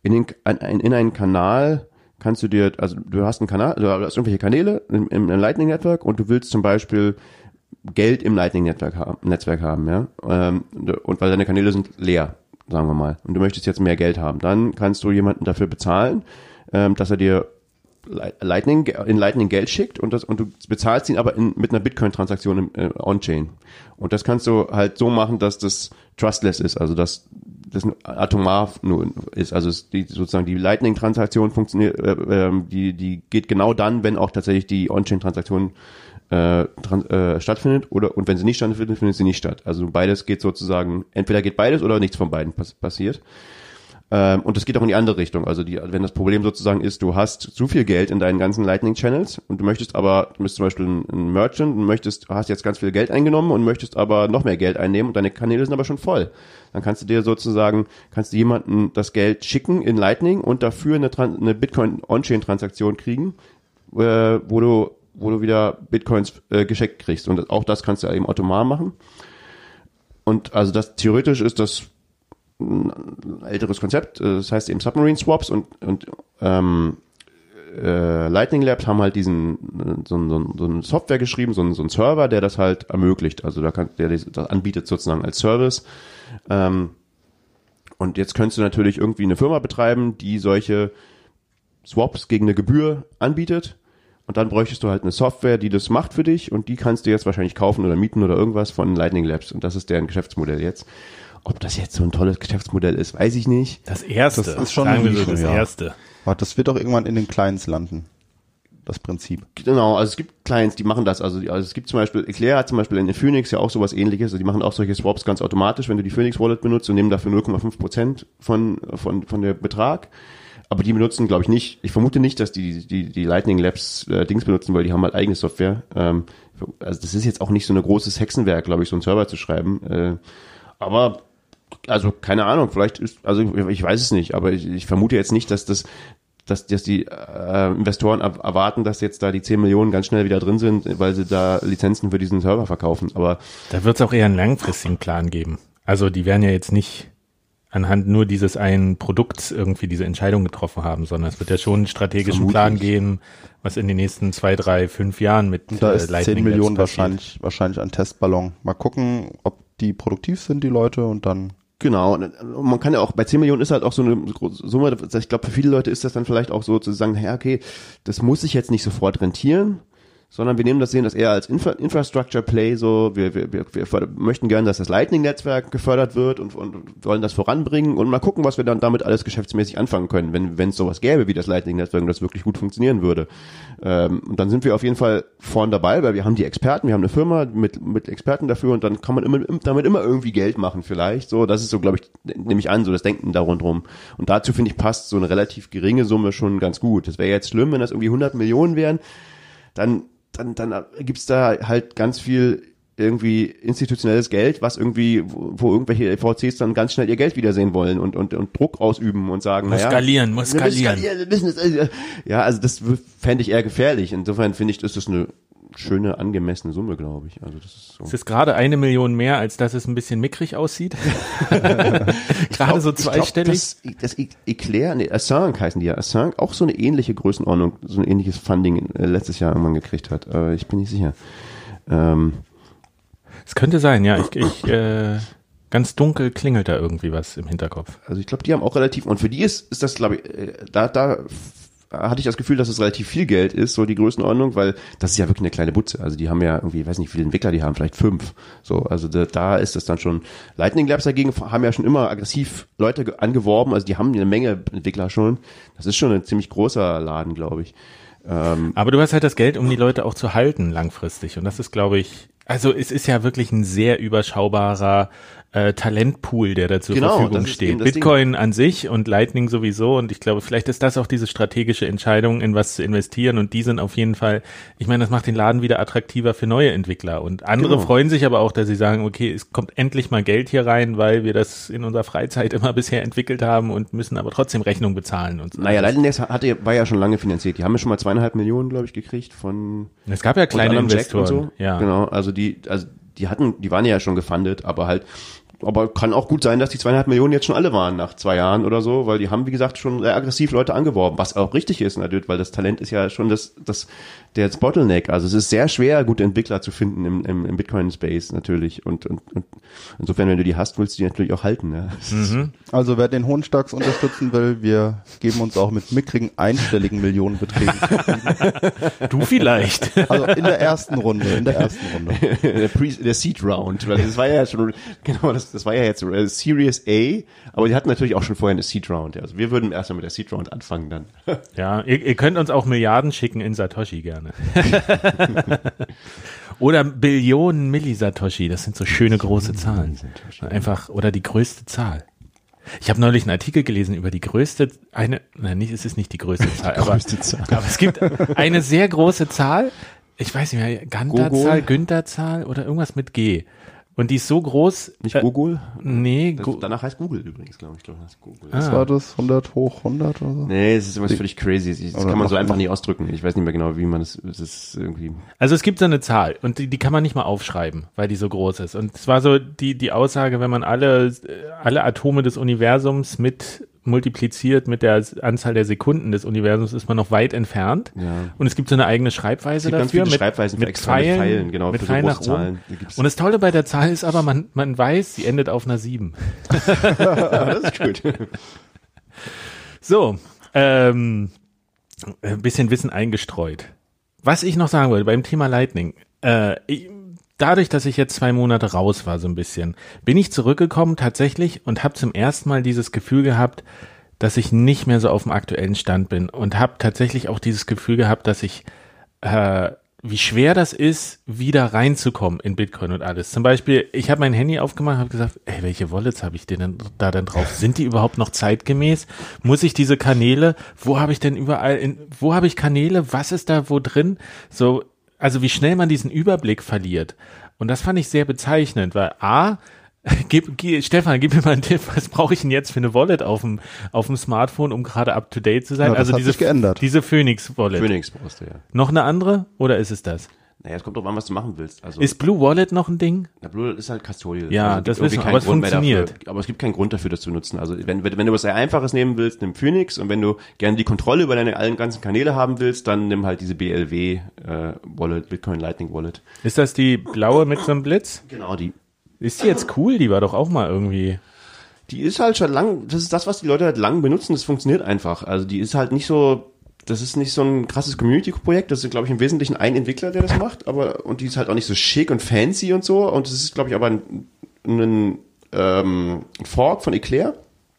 in einen Kanal kannst du dir, also du hast einen Kanal, du hast irgendwelche Kanäle im Lightning Network und du willst zum Beispiel Geld im Lightning Netzwerk haben, ja, und weil deine Kanäle sind leer, sagen wir mal, und du möchtest jetzt mehr Geld haben, dann kannst du jemanden dafür bezahlen, dass er dir in Lightning Geld schickt und du bezahlst ihn aber mit einer Bitcoin-Transaktion on-chain. Und das kannst du halt so machen, dass das trustless ist, also dass das atomar nur ist, also sozusagen die Lightning-Transaktion funktioniert, die geht genau dann, wenn auch tatsächlich die On-Chain-Transaktion stattfindet und wenn sie nicht stattfindet, findet sie nicht statt. Also beides geht sozusagen, entweder geht beides oder nichts von beiden passiert. Und das geht auch in die andere Richtung. Also wenn das Problem sozusagen ist, du hast zu viel Geld in deinen ganzen Lightning-Channels und du bist zum Beispiel ein Merchant und hast jetzt ganz viel Geld eingenommen und möchtest aber noch mehr Geld einnehmen und deine Kanäle sind aber schon voll. Dann kannst du jemandem das Geld schicken in Lightning und dafür eine Bitcoin-On-Chain-Transaktion kriegen, wo du wieder Bitcoins geschenkt kriegst. Und auch das kannst du eben automatisch machen. Und also theoretisch ist das ein älteres Konzept, das heißt eben Submarine Swaps und Lightning Labs haben halt so eine Software geschrieben, so einen Server, der das halt ermöglicht, also der das anbietet sozusagen als Service. Und jetzt könntest du natürlich irgendwie eine Firma betreiben, die solche Swaps gegen eine Gebühr anbietet. Und dann bräuchtest du halt eine Software, die das macht für dich und die kannst du jetzt wahrscheinlich kaufen oder mieten oder irgendwas von Lightning Labs. Und das ist deren Geschäftsmodell jetzt. Ob das jetzt so ein tolles Geschäftsmodell ist, weiß ich nicht. Das erste. Das ist schon sagen wir so, das erste. Aber das wird auch irgendwann in den Clients landen. Das Prinzip. Genau, also es gibt Clients, die machen das. Also es gibt zum Beispiel, Eclair hat zum Beispiel in der Phoenix ja auch sowas ähnliches. Also die machen auch solche Swaps ganz automatisch, wenn du die Phoenix Wallet benutzt und nehmen dafür 0,5% von der Betrag. Aber die benutzen, glaube ich, nicht. Ich vermute nicht, dass die Lightning Labs Dings benutzen, weil die haben halt eigene Software. Also das ist jetzt auch nicht so ein großes Hexenwerk, glaube ich, so einen Server zu schreiben. Aber also keine Ahnung, vielleicht also ich weiß es nicht, aber ich vermute jetzt nicht, dass die Investoren erwarten, dass jetzt da die 10 Millionen ganz schnell wieder drin sind, weil sie da Lizenzen für diesen Server verkaufen. Aber da wird es auch eher einen langfristigen Plan geben. Also die werden ja jetzt nicht anhand nur dieses einen Produkts irgendwie diese Entscheidung getroffen haben, sondern es wird ja schon einen strategischen Plan geben, was in den nächsten 2, 3, 5 Jahren mit und da ist Lightning 10 Millionen passiert. wahrscheinlich ein Testballon. Mal gucken, ob die produktiv sind, die Leute, und dann. Genau, und man kann ja auch, bei 10 Millionen ist halt auch so eine Summe, ich glaube, für viele Leute ist das dann vielleicht auch so zu sagen, ja, okay, das muss sich jetzt nicht sofort rentieren, sondern sehen das eher als Infrastructure Play, so, wir möchten gerne, dass das Lightning-Netzwerk gefördert wird und wollen das voranbringen und mal gucken, was wir dann damit alles geschäftsmäßig anfangen können, wenn es sowas gäbe wie das Lightning-Netzwerk und das wirklich gut funktionieren würde. Und dann sind wir auf jeden Fall vorn dabei, weil wir haben die Experten, wir haben eine Firma mit Experten dafür und dann kann man damit immer irgendwie Geld machen vielleicht, so, das ist so, glaube ich, nehme ich an, so das Denken da rundherum. Und dazu, finde ich, passt so eine relativ geringe Summe schon ganz gut. Das wäre jetzt schlimm, wenn das irgendwie 100 Millionen wären, dann gibt's da halt ganz viel irgendwie institutionelles Geld, was irgendwie, wo irgendwelche VCs dann ganz schnell ihr Geld wiedersehen wollen und Druck ausüben und sagen, muss skalieren. Ja, also das fände ich eher gefährlich. Insofern finde ich, ist das eine schöne, angemessene Summe, glaube ich. Also das ist so. Es ist gerade 1 Million mehr, als dass es ein bisschen mickrig aussieht. Gerade so zweistellig. Das Eclair, Assange heißen die ja. Assange auch so eine ähnliche Größenordnung, so ein ähnliches Funding letztes Jahr irgendwann gekriegt hat. Ich bin nicht sicher. Es könnte sein, ja. Ich ganz dunkel klingelt da irgendwie was im Hinterkopf. Also ich glaube, die haben auch relativ, und für die ist das, glaube ich, da hatte ich das Gefühl, dass es relativ viel Geld ist, so die Größenordnung, weil das ist ja wirklich eine kleine Butze. Also die haben ja irgendwie, ich weiß nicht, wie viele Entwickler die haben, vielleicht 5. So, also da ist es dann schon. Lightning Labs dagegen haben ja schon immer aggressiv Leute angeworben, also die haben eine Menge Entwickler schon. Das ist schon ein ziemlich großer Laden, glaube ich. Aber du hast halt das Geld, um die Leute auch zu halten langfristig. Und das ist, glaube ich, also es ist ja wirklich ein sehr überschaubarer Talentpool, der da zur Verfügung steht. Bitcoin an sich und Lightning sowieso, und ich glaube, vielleicht ist das auch diese strategische Entscheidung, in was zu investieren, und die sind auf jeden Fall, ich meine, das macht den Laden wieder attraktiver für neue Entwickler, und andere freuen sich aber auch, dass sie sagen, okay, es kommt endlich mal Geld hier rein, weil wir das in unserer Freizeit immer bisher entwickelt haben und müssen aber trotzdem Rechnung bezahlen und so. Naja, Lightning war ja schon lange finanziert. Die haben ja schon mal 2,5 Millionen, glaube ich, gekriegt von. Es gab ja kleine Investoren. Und so. Ja. Genau, die waren ja schon gefundet, aber halt aber kann auch gut sein, dass die 2,5 Millionen jetzt schon alle waren nach 2 Jahren oder so, weil die haben, wie gesagt, schon sehr aggressiv Leute angeworben, was auch richtig ist natürlich, weil das Talent ist ja schon der Bottleneck. Also es ist sehr schwer, gute Entwickler zu finden im Bitcoin-Space natürlich. Und insofern, wenn du die hast, willst du die natürlich auch halten. Ja. Also wer den Hohnstacks unterstützen will, wir geben uns auch mit mickrigen einstelligen Millionenbeträgen. Du vielleicht. Also in der ersten Runde. Der Seed Round, weil das war ja schon, genau, das war ja jetzt Series A, aber die hatten natürlich auch schon vorher eine Seed Round. Also wir würden erstmal mit der Seed Round anfangen dann. Ja, ihr könnt uns auch Milliarden schicken in Satoshi gerne. Oder Billionen Millisatoshi, das sind so schöne große Zahlen. Einfach, oder die größte Zahl. Ich habe neulich einen Artikel gelesen über die größte, es ist nicht die größte Zahl, aber es gibt eine sehr große Zahl, ich weiß nicht mehr, Ganterzahl, Güntherzahl oder irgendwas mit G. Und die ist so groß. Nicht Google? Nee. Danach heißt Google übrigens, glaube ich. Google. Was war das? 100 hoch 100 oder so? Nee, es ist immer völlig crazy. Das kann man so einfach nicht ausdrücken. Ich weiß nicht mehr genau, wie man das ist irgendwie. Also es gibt so eine Zahl und die kann man nicht mal aufschreiben, weil die so groß ist. Und es war so die Aussage, wenn man alle Atome des Universums mit multipliziert mit der Anzahl der Sekunden des Universums, ist man noch weit entfernt. Ja. Und es gibt so eine eigene Schreibweise dafür. Ganz viele Schreibweisen mit Pfeilen, genau, mit für Pfeilen so nach große oben. Zahlen. Und das Tolle bei der Zahl ist aber, man weiß, sie endet auf einer 7. Das ist gut. So, ein bisschen Wissen eingestreut. Was ich noch sagen wollte beim Thema Lightning, dadurch, dass ich jetzt 2 Monate raus war so ein bisschen, bin ich zurückgekommen tatsächlich und habe zum ersten Mal dieses Gefühl gehabt, dass ich nicht mehr so auf dem aktuellen Stand bin und habe tatsächlich auch dieses Gefühl gehabt, dass ich, wie schwer das ist, wieder reinzukommen in Bitcoin und alles. Zum Beispiel, ich habe mein Handy aufgemacht und habe gesagt, ey, welche Wallets habe ich denn da dann drauf? Sind die überhaupt noch zeitgemäß? Muss ich diese Kanäle, wo habe ich denn überall, wo habe ich Kanäle? Was ist da wo drin? So, also wie schnell man diesen Überblick verliert. Und das fand ich sehr bezeichnend, weil Stefan, gib mir mal einen Tipp, was brauche ich denn jetzt für eine Wallet auf dem Smartphone, um gerade up to date zu sein? Ja, das hat sich geändert. Diese Phoenix Wallet. Phoenix brauchst du, ja. Noch eine andere oder ist es das? Naja, es kommt drauf an, was du machen willst. Also, ist Blue Wallet noch ein Ding? Na, Blue Wallet ist halt Custodial. Ja, also, das wissen wir, aber es funktioniert. Aber es gibt keinen Grund dafür, das zu nutzen. Also wenn du was sehr Einfaches nehmen willst, nimm Phoenix, und wenn du gerne die Kontrolle über deine allen ganzen Kanäle haben willst, dann nimm halt diese BLW Wallet, Bitcoin Lightning Wallet. Ist das die blaue mit so einem Blitz? Genau, die. Ist die jetzt cool? Die war doch auch mal irgendwie. Die ist halt schon lang, das ist das, was die Leute halt lang benutzen, das funktioniert einfach. Also die ist halt nicht so, das ist nicht so ein krasses Community-Projekt, das ist, glaube ich, im Wesentlichen ein Entwickler, der das macht, und die ist halt auch nicht so schick und fancy und so, und das ist, glaube ich, aber ein Fork von Eclair.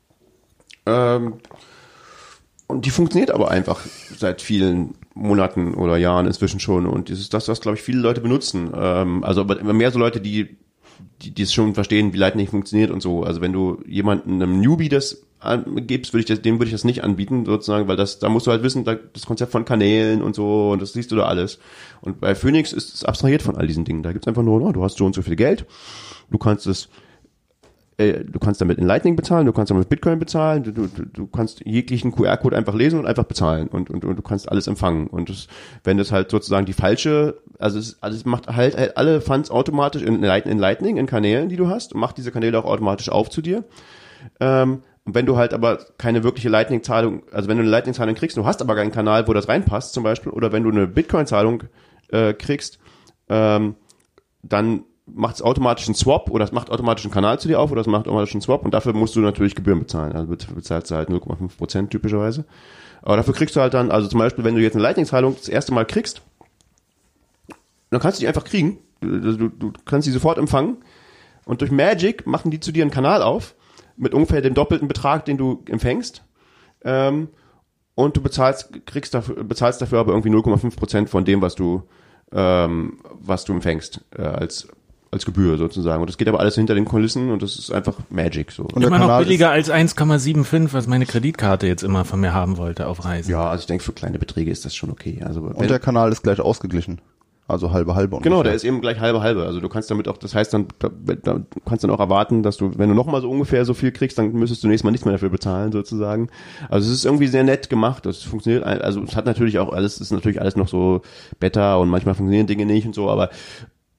Und die funktioniert aber einfach seit vielen Monaten oder Jahren inzwischen schon, und das ist das, was, glaube ich, viele Leute benutzen. Also aber immer mehr so Leute, die es schon verstehen, wie Lightning funktioniert und so. Also wenn du jemanden, einem Newbie das gibst, dem würde ich das nicht anbieten, sozusagen, weil da musst du halt wissen, das Konzept von Kanälen und so, und das siehst du da alles. Und bei Phoenix ist es abstrahiert von all diesen Dingen. Da gibt's einfach nur, du hast so und so viel Geld, du kannst damit in Lightning bezahlen, du kannst damit Bitcoin bezahlen, du kannst jeglichen QR-Code einfach lesen und einfach bezahlen, und du kannst alles empfangen. Und wenn das halt sozusagen die falsche, also alles macht halt alle Funds automatisch in Lightning, in Kanälen, die du hast, und macht diese Kanäle auch automatisch auf zu dir. Und wenn du halt aber keine wirkliche Lightning-Zahlung, also wenn du eine Lightning-Zahlung kriegst, du hast aber keinen Kanal, wo das reinpasst zum Beispiel, oder wenn du eine Bitcoin-Zahlung kriegst, dann macht es automatisch einen Swap, oder es macht automatisch einen Kanal zu dir auf, oder es macht automatisch einen Swap, und dafür musst du natürlich Gebühren bezahlen. Also bezahlst du halt 0,5% typischerweise. Aber dafür kriegst du halt dann, also zum Beispiel, wenn du jetzt eine Lightning-Zahlung das erste Mal kriegst, dann kannst du die einfach kriegen. Du kannst die sofort empfangen, und durch Magic machen die zu dir einen Kanal auf mit ungefähr dem doppelten Betrag, den du empfängst. Und du bezahlst dafür aber irgendwie 0,5% von dem, was du empfängst, als Gebühr sozusagen. Und das geht aber alles hinter den Kulissen, und das ist einfach Magic. So. Und immer noch billiger als 1,75, was meine Kreditkarte jetzt immer von mir haben wollte auf Reisen. Ja, also ich denke, für kleine Beträge ist das schon okay. Also, und der Kanal ist gleich ausgeglichen. Also halbe. Genau, der ist eben gleich halbe. Also du kannst damit auch, das heißt dann, du kannst dann auch erwarten, dass du, wenn du nochmal so ungefähr so viel kriegst, dann müsstest du nächstes Mal nichts mehr dafür bezahlen, sozusagen. Also es ist irgendwie sehr nett gemacht, das funktioniert, also es hat natürlich auch alles, ist natürlich alles noch so Beta, und manchmal funktionieren Dinge nicht und so, aber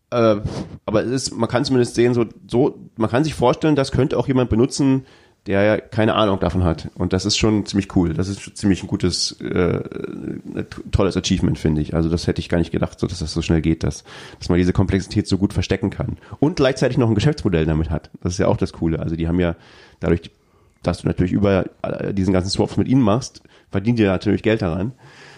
Aber man kann zumindest sehen, man kann sich vorstellen, das könnte auch jemand benutzen, der ja keine Ahnung davon hat. Und das ist schon ziemlich cool. Das ist ziemlich ein gutes, tolles Achievement, finde ich. Also das hätte ich gar nicht gedacht, dass das so schnell geht, dass man diese Komplexität so gut verstecken kann. Und gleichzeitig noch ein Geschäftsmodell damit hat. Das ist ja auch das Coole. Also die haben ja dadurch, dass du natürlich über diesen ganzen Swaps mit ihnen machst, verdienen die natürlich Geld daran.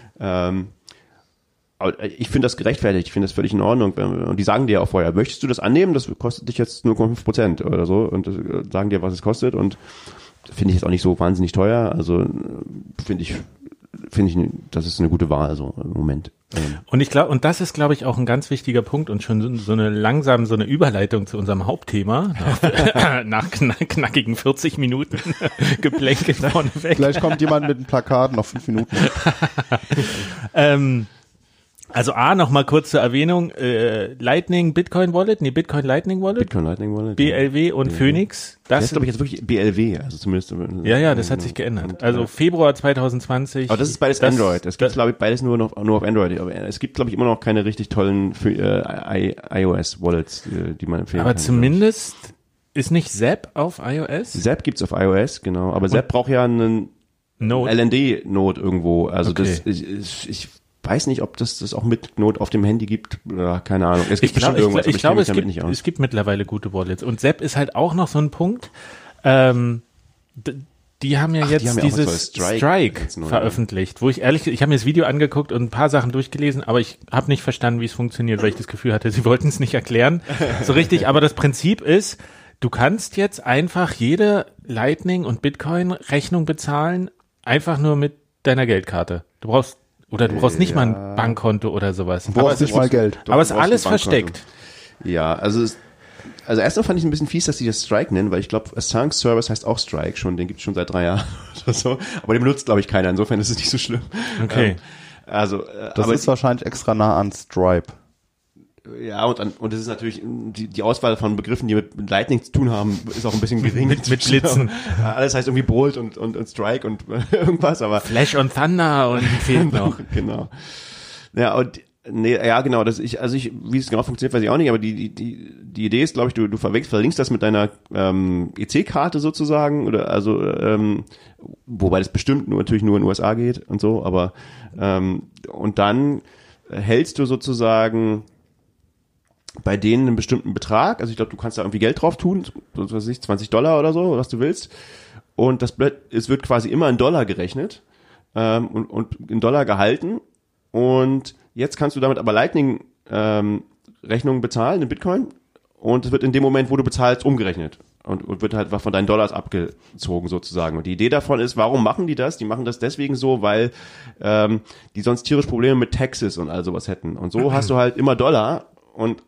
Aber ich finde das gerechtfertigt, ich finde das völlig in Ordnung. Und die sagen dir ja auch vorher, möchtest du das annehmen? Das kostet dich jetzt 0,5% oder so. Und sagen dir, was es kostet. Und finde ich jetzt auch nicht so wahnsinnig teuer. Also finde ich, das ist eine gute Wahl so im Moment. Und ich glaube, und das ist, glaube ich, auch ein ganz wichtiger Punkt und schon so eine Überleitung zu unserem Hauptthema nach knackigen 40 Minuten Geplänkel vorneweg. Gleich kommt jemand mit einem Plakat, noch 5 Minuten. Also noch mal kurz zur Erwähnung, Lightning Bitcoin Wallet, Bitcoin Lightning Wallet, BLW und Phoenix. Das ist, glaube ich, jetzt wirklich BLW, also zumindest. Ja, das hat sich geändert. Also Februar 2020. Aber das ist beides Android. Es gibt, glaube ich, beides nur auf Android. Aber es gibt, glaube ich, immer noch keine richtig tollen iOS-Wallets, die man empfehlen kann. Aber zumindest ist nicht Zap auf iOS? Zap gibt's auf iOS, genau. Aber Zap braucht ja einen LND-Node irgendwo. Also okay. Ich weiß nicht, ob das auch mit Node auf dem Handy gibt, oder keine Ahnung. Es gibt bestimmt irgendwas, ich glaube, es gibt mittlerweile gute Wallets. Und Zap ist halt auch noch so ein Punkt, die haben ja jetzt dieses Strike veröffentlicht, wo ich habe mir das Video angeguckt und ein paar Sachen durchgelesen, aber ich habe nicht verstanden, wie es funktioniert, weil ich das Gefühl hatte, sie wollten es nicht erklären so richtig. Aber das Prinzip ist, du kannst jetzt einfach jede Lightning- und Bitcoin-Rechnung bezahlen, einfach nur mit deiner Geldkarte. Du brauchst nicht mal ein Bankkonto oder sowas. Du brauchst nicht mal Geld. Aber es ist alles versteckt. Ja, also erstmal fand ich ein bisschen fies, dass sie das Strike nennen, weil ich glaube, Assange Service heißt auch Strike schon, den gibt's schon seit 3 Jahren oder so. Aber den benutzt, glaube ich, keiner, insofern ist es nicht so schlimm. Okay. Das ist wahrscheinlich extra nah an Stripe. Ja, und es ist natürlich, die Auswahl von Begriffen, die mit Lightning zu tun haben, ist auch ein bisschen gering. mit Blitzen. Alles heißt irgendwie Bolt und Strike und irgendwas, aber. Flash und Thunder und fehlt noch. Genau. Ja, genau, wie es genau funktioniert, weiß ich auch nicht, aber die Idee ist, glaube ich, du verlinkst das mit deiner EC-Karte sozusagen, oder also wobei das bestimmt natürlich nur in den USA geht und so, aber und dann hältst du sozusagen bei denen einen bestimmten Betrag, also ich glaube, du kannst da irgendwie Geld drauf tun, was weiß ich, $20 oder so, was du willst, und es wird quasi immer in Dollar gerechnet und in Dollar gehalten, und jetzt kannst du damit aber Lightning Rechnungen bezahlen in Bitcoin, und es wird in dem Moment, wo du bezahlst, umgerechnet und wird halt von deinen Dollars abgezogen sozusagen. Und die Idee davon ist, warum machen die das? Die machen das deswegen so, weil die sonst tierisch Probleme mit Taxes und all sowas hätten. Und so hast du halt immer Dollar, und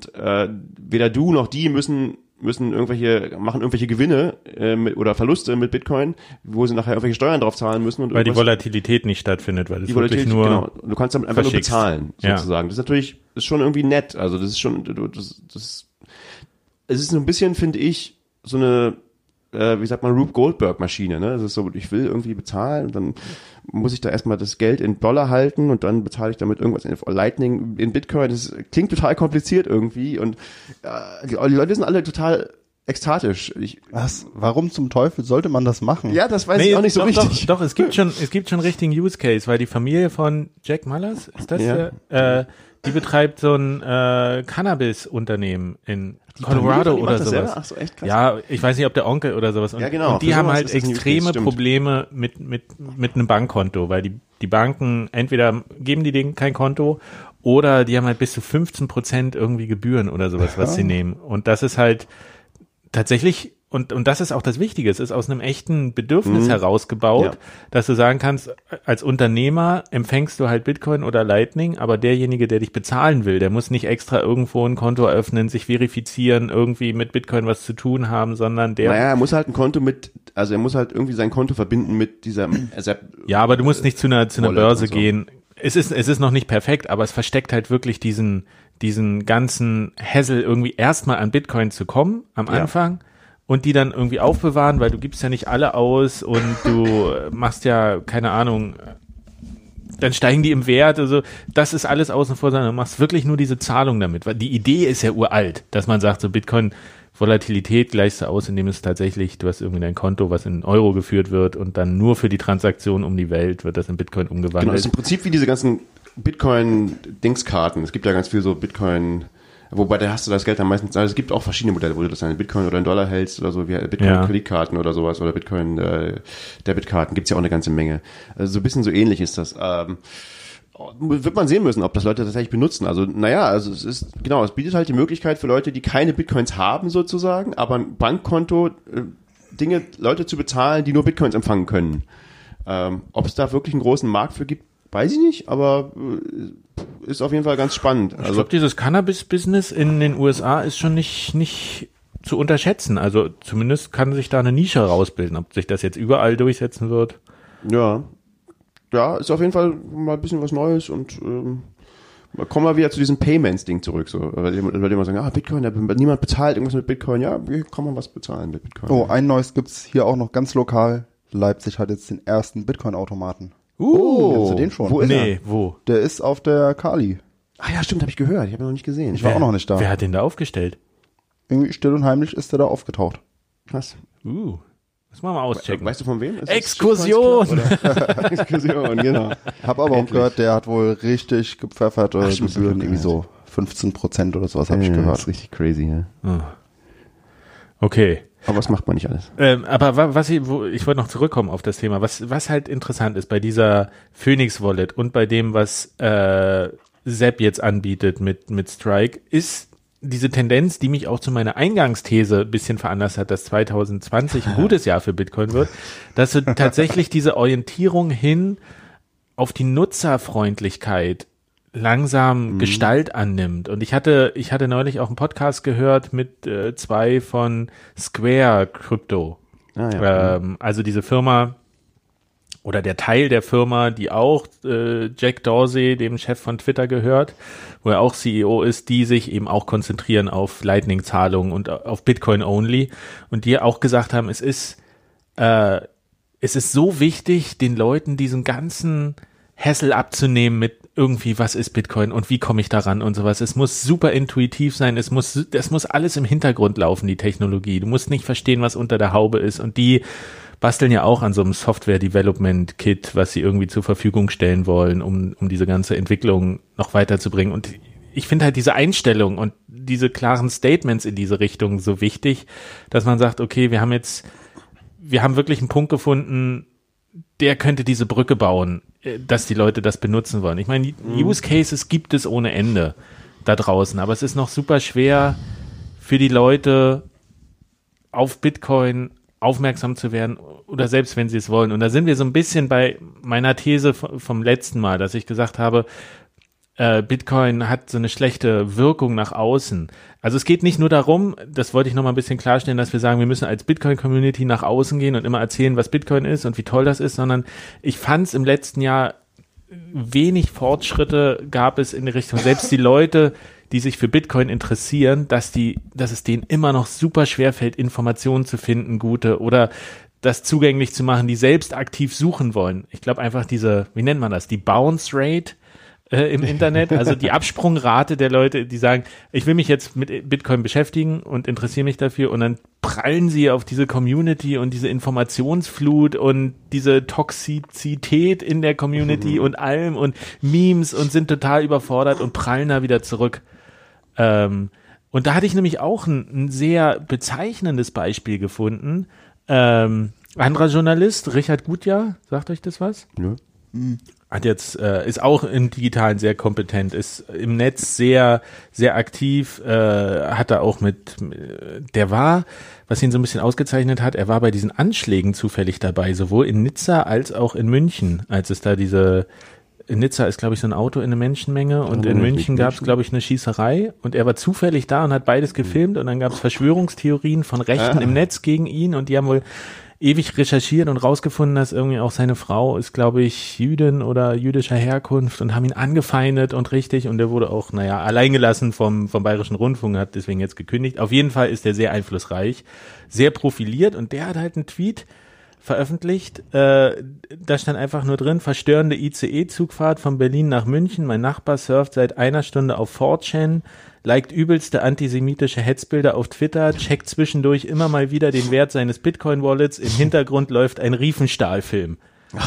weder du noch die machen irgendwelche Gewinne oder Verluste mit Bitcoin, wo sie nachher irgendwelche Steuern drauf zahlen müssen. Und weil die Volatilität nicht stattfindet, weil es wirklich nur genau. Du kannst damit einfach nur bezahlen, sozusagen. Ja. Das ist schon irgendwie nett. Also das ist schon, es ist so ein bisschen, finde ich, so eine, wie sagt man, Rube Goldberg-Maschine, ne? Das ist so, ich will irgendwie bezahlen, und dann muss ich da erstmal das Geld in Dollar halten, und dann bezahle ich damit irgendwas in Lightning, in Bitcoin. Das klingt total kompliziert irgendwie, und die Leute sind alle total ekstatisch. Was? Warum zum Teufel sollte man das machen? Ja, das weiß ich auch nicht so richtig. Doch, es gibt schon richtigen Use Case, weil die Familie von Jack Mallers, ist das die betreibt so ein Cannabis-Unternehmen in Colorado oder sowas. Ach so, echt krass. Ja, ich weiß nicht, ob der Onkel oder sowas. Ja, genau. Und die haben halt extreme Probleme mit einem Bankkonto, weil die Banken entweder geben die denen kein Konto, oder die haben halt bis zu 15% irgendwie Gebühren oder sowas, was sie nehmen. Und das ist halt tatsächlich, und das ist auch das Wichtige, es ist aus einem echten Bedürfnis herausgebaut, dass du sagen kannst, als Unternehmer empfängst du halt Bitcoin oder Lightning, aber derjenige, der dich bezahlen will, der muss nicht extra irgendwo ein Konto eröffnen, sich verifizieren, irgendwie mit Bitcoin was zu tun haben, sondern er muss halt ein Konto er muss halt irgendwie sein Konto verbinden mit dieser Ja, aber du musst nicht zu einer Börse gehen. Es ist noch nicht perfekt, aber es versteckt halt wirklich diesen ganzen Hassel, irgendwie erstmal an Bitcoin zu kommen am Anfang. Und die dann irgendwie aufbewahren, weil du gibst ja nicht alle aus, und du machst ja, keine Ahnung, dann steigen die im Wert, also das ist alles außen vor, sondern du machst wirklich nur diese Zahlung damit, weil die Idee ist ja uralt, dass man sagt, so Bitcoin Volatilität gleichst du aus, indem es tatsächlich, du hast irgendwie dein Konto, was in Euro geführt wird und dann nur für die Transaktion um die Welt wird das in Bitcoin umgewandelt. Genau, das ist im Prinzip wie diese ganzen Bitcoin-Dingskarten. Es gibt ja ganz viel so Bitcoin, wobei da hast du das Geld dann meistens, also es gibt auch verschiedene Modelle, wo du das in Bitcoin oder in Dollar hältst oder so, wie Bitcoin-Kreditkarten oder sowas oder Bitcoin-Debitkarten, gibt's ja auch eine ganze Menge. Also so ein bisschen so ähnlich ist das. Wird man sehen müssen, ob das Leute tatsächlich benutzen. Also, also es bietet halt die Möglichkeit für Leute, die keine Bitcoins haben sozusagen, aber ein Bankkonto, Leute zu bezahlen, die nur Bitcoins empfangen können. Ob es da wirklich einen großen Markt für gibt, weiß ich nicht, aber ist auf jeden Fall ganz spannend. Also, ich glaube, dieses Cannabis-Business in den USA ist schon nicht zu unterschätzen. Also zumindest kann sich da eine Nische rausbilden. Ob sich das jetzt überall durchsetzen wird. Ja, ist auf jeden Fall mal ein bisschen was Neues und kommen wir wieder zu diesem Payments-Ding zurück. So, weil die immer sagen, Bitcoin, niemand bezahlt irgendwas mit Bitcoin. Ja, wie kann man was bezahlen mit Bitcoin? Oh, ein neues gibt's hier auch noch ganz lokal. Leipzig hat jetzt den ersten Bitcoin-Automaten. Kennst du den schon? Wo ist er? Wo? Der ist auf der Kali. Ah ja, stimmt, habe ich gehört. Ich habe ihn noch nicht gesehen. Ich war auch noch nicht da. Wer hat den da aufgestellt? Irgendwie still und heimlich ist der da aufgetaucht. Krass. Muss man mal auschecken. Weißt du von wem? Exkursion! Exkursion, genau. Hab aber auch gehört, der hat wohl richtig gepfefferte Gebühren, irgendwie so 15% oder sowas habe ich gehört. Das ist richtig crazy, ja. Okay. Aber was macht man nicht alles? Aber ich wollte noch zurückkommen auf das Thema, was halt interessant ist bei dieser Phoenix Wallet und bei dem, was Sepp jetzt anbietet mit Strike, ist diese Tendenz, die mich auch zu meiner Eingangsthese ein bisschen veranlasst hat, dass 2020 ein gutes Jahr für Bitcoin wird, dass du tatsächlich diese Orientierung hin auf die Nutzerfreundlichkeit langsam Gestalt annimmt. Und ich hatte neulich auch einen Podcast gehört mit zwei von Square Crypto. Also diese Firma oder der Teil der Firma, die auch Jack Dorsey, dem Chef von Twitter, gehört, wo er auch CEO ist, die sich eben auch konzentrieren auf Lightning-Zahlungen und auf Bitcoin only und die auch gesagt haben, es ist so wichtig, den Leuten diesen ganzen Hassel abzunehmen mit irgendwie, was ist Bitcoin und wie komme ich daran und sowas. Es muss super intuitiv sein, das muss alles im Hintergrund laufen, die Technologie. Du musst nicht verstehen, was unter der Haube ist und die basteln ja auch an so einem Software-Development-Kit, was sie irgendwie zur Verfügung stellen wollen, um diese ganze Entwicklung noch weiterzubringen. Und ich finde halt diese Einstellung und diese klaren Statements in diese Richtung so wichtig, dass man sagt, okay, wir haben wirklich einen Punkt gefunden, der könnte diese Brücke bauen, dass die Leute das benutzen wollen. Ich meine, Use Cases gibt es ohne Ende da draußen, aber es ist noch super schwer für die Leute auf Bitcoin aufmerksam zu werden oder selbst wenn sie es wollen. Und da sind wir so ein bisschen bei meiner These vom letzten Mal, dass ich gesagt habe, Bitcoin hat so eine schlechte Wirkung nach außen. Also es geht nicht nur darum, das wollte ich noch mal ein bisschen klarstellen, dass wir sagen, wir müssen als Bitcoin-Community nach außen gehen und immer erzählen, was Bitcoin ist und wie toll das ist, sondern ich fand es im letzten Jahr wenig Fortschritte gab es in die Richtung, selbst die Leute, die sich für Bitcoin interessieren, dass es denen immer noch super schwer fällt, Informationen zu finden, gute, oder das zugänglich zu machen, die selbst aktiv suchen wollen. Ich glaube einfach wie nennt man das, die Bounce Rate im Internet, also die Absprungrate der Leute, die sagen, ich will mich jetzt mit Bitcoin beschäftigen und interessiere mich dafür und dann prallen sie auf diese Community und diese Informationsflut und diese Toxizität in der Community und allem und Memes und sind total überfordert und prallen da wieder zurück. Und da hatte ich nämlich auch ein sehr bezeichnendes Beispiel gefunden. Anderer Journalist, Richard Gutjahr, sagt euch das was? Ja. Ist auch im Digitalen sehr kompetent, ist im Netz sehr, sehr aktiv, hat er auch was ihn so ein bisschen ausgezeichnet hat, er war bei diesen Anschlägen zufällig dabei, sowohl in Nizza als auch in München, als es da in Nizza ist, glaube ich, so ein Auto in eine Menschenmenge und in München gab es, glaube ich, eine Schießerei und er war zufällig da und hat beides gefilmt und dann gab es Verschwörungstheorien von Rechten im Netz gegen ihn und die haben wohl ewig recherchiert und rausgefunden, dass irgendwie auch seine Frau ist, glaube ich, Jüdin oder jüdischer Herkunft und haben ihn angefeindet und der wurde auch, alleingelassen vom Bayerischen Rundfunk, hat deswegen jetzt gekündigt. Auf jeden Fall ist er sehr einflussreich, sehr profiliert und der hat halt einen Tweet veröffentlicht. Da stand einfach nur drin, verstörende ICE-Zugfahrt von Berlin nach München. Mein Nachbar surft seit einer Stunde auf 4chan, liked übelste antisemitische Hetzbilder auf Twitter, checkt zwischendurch immer mal wieder den Wert seines Bitcoin-Wallets. Im Hintergrund läuft ein Riefenstahl-Film.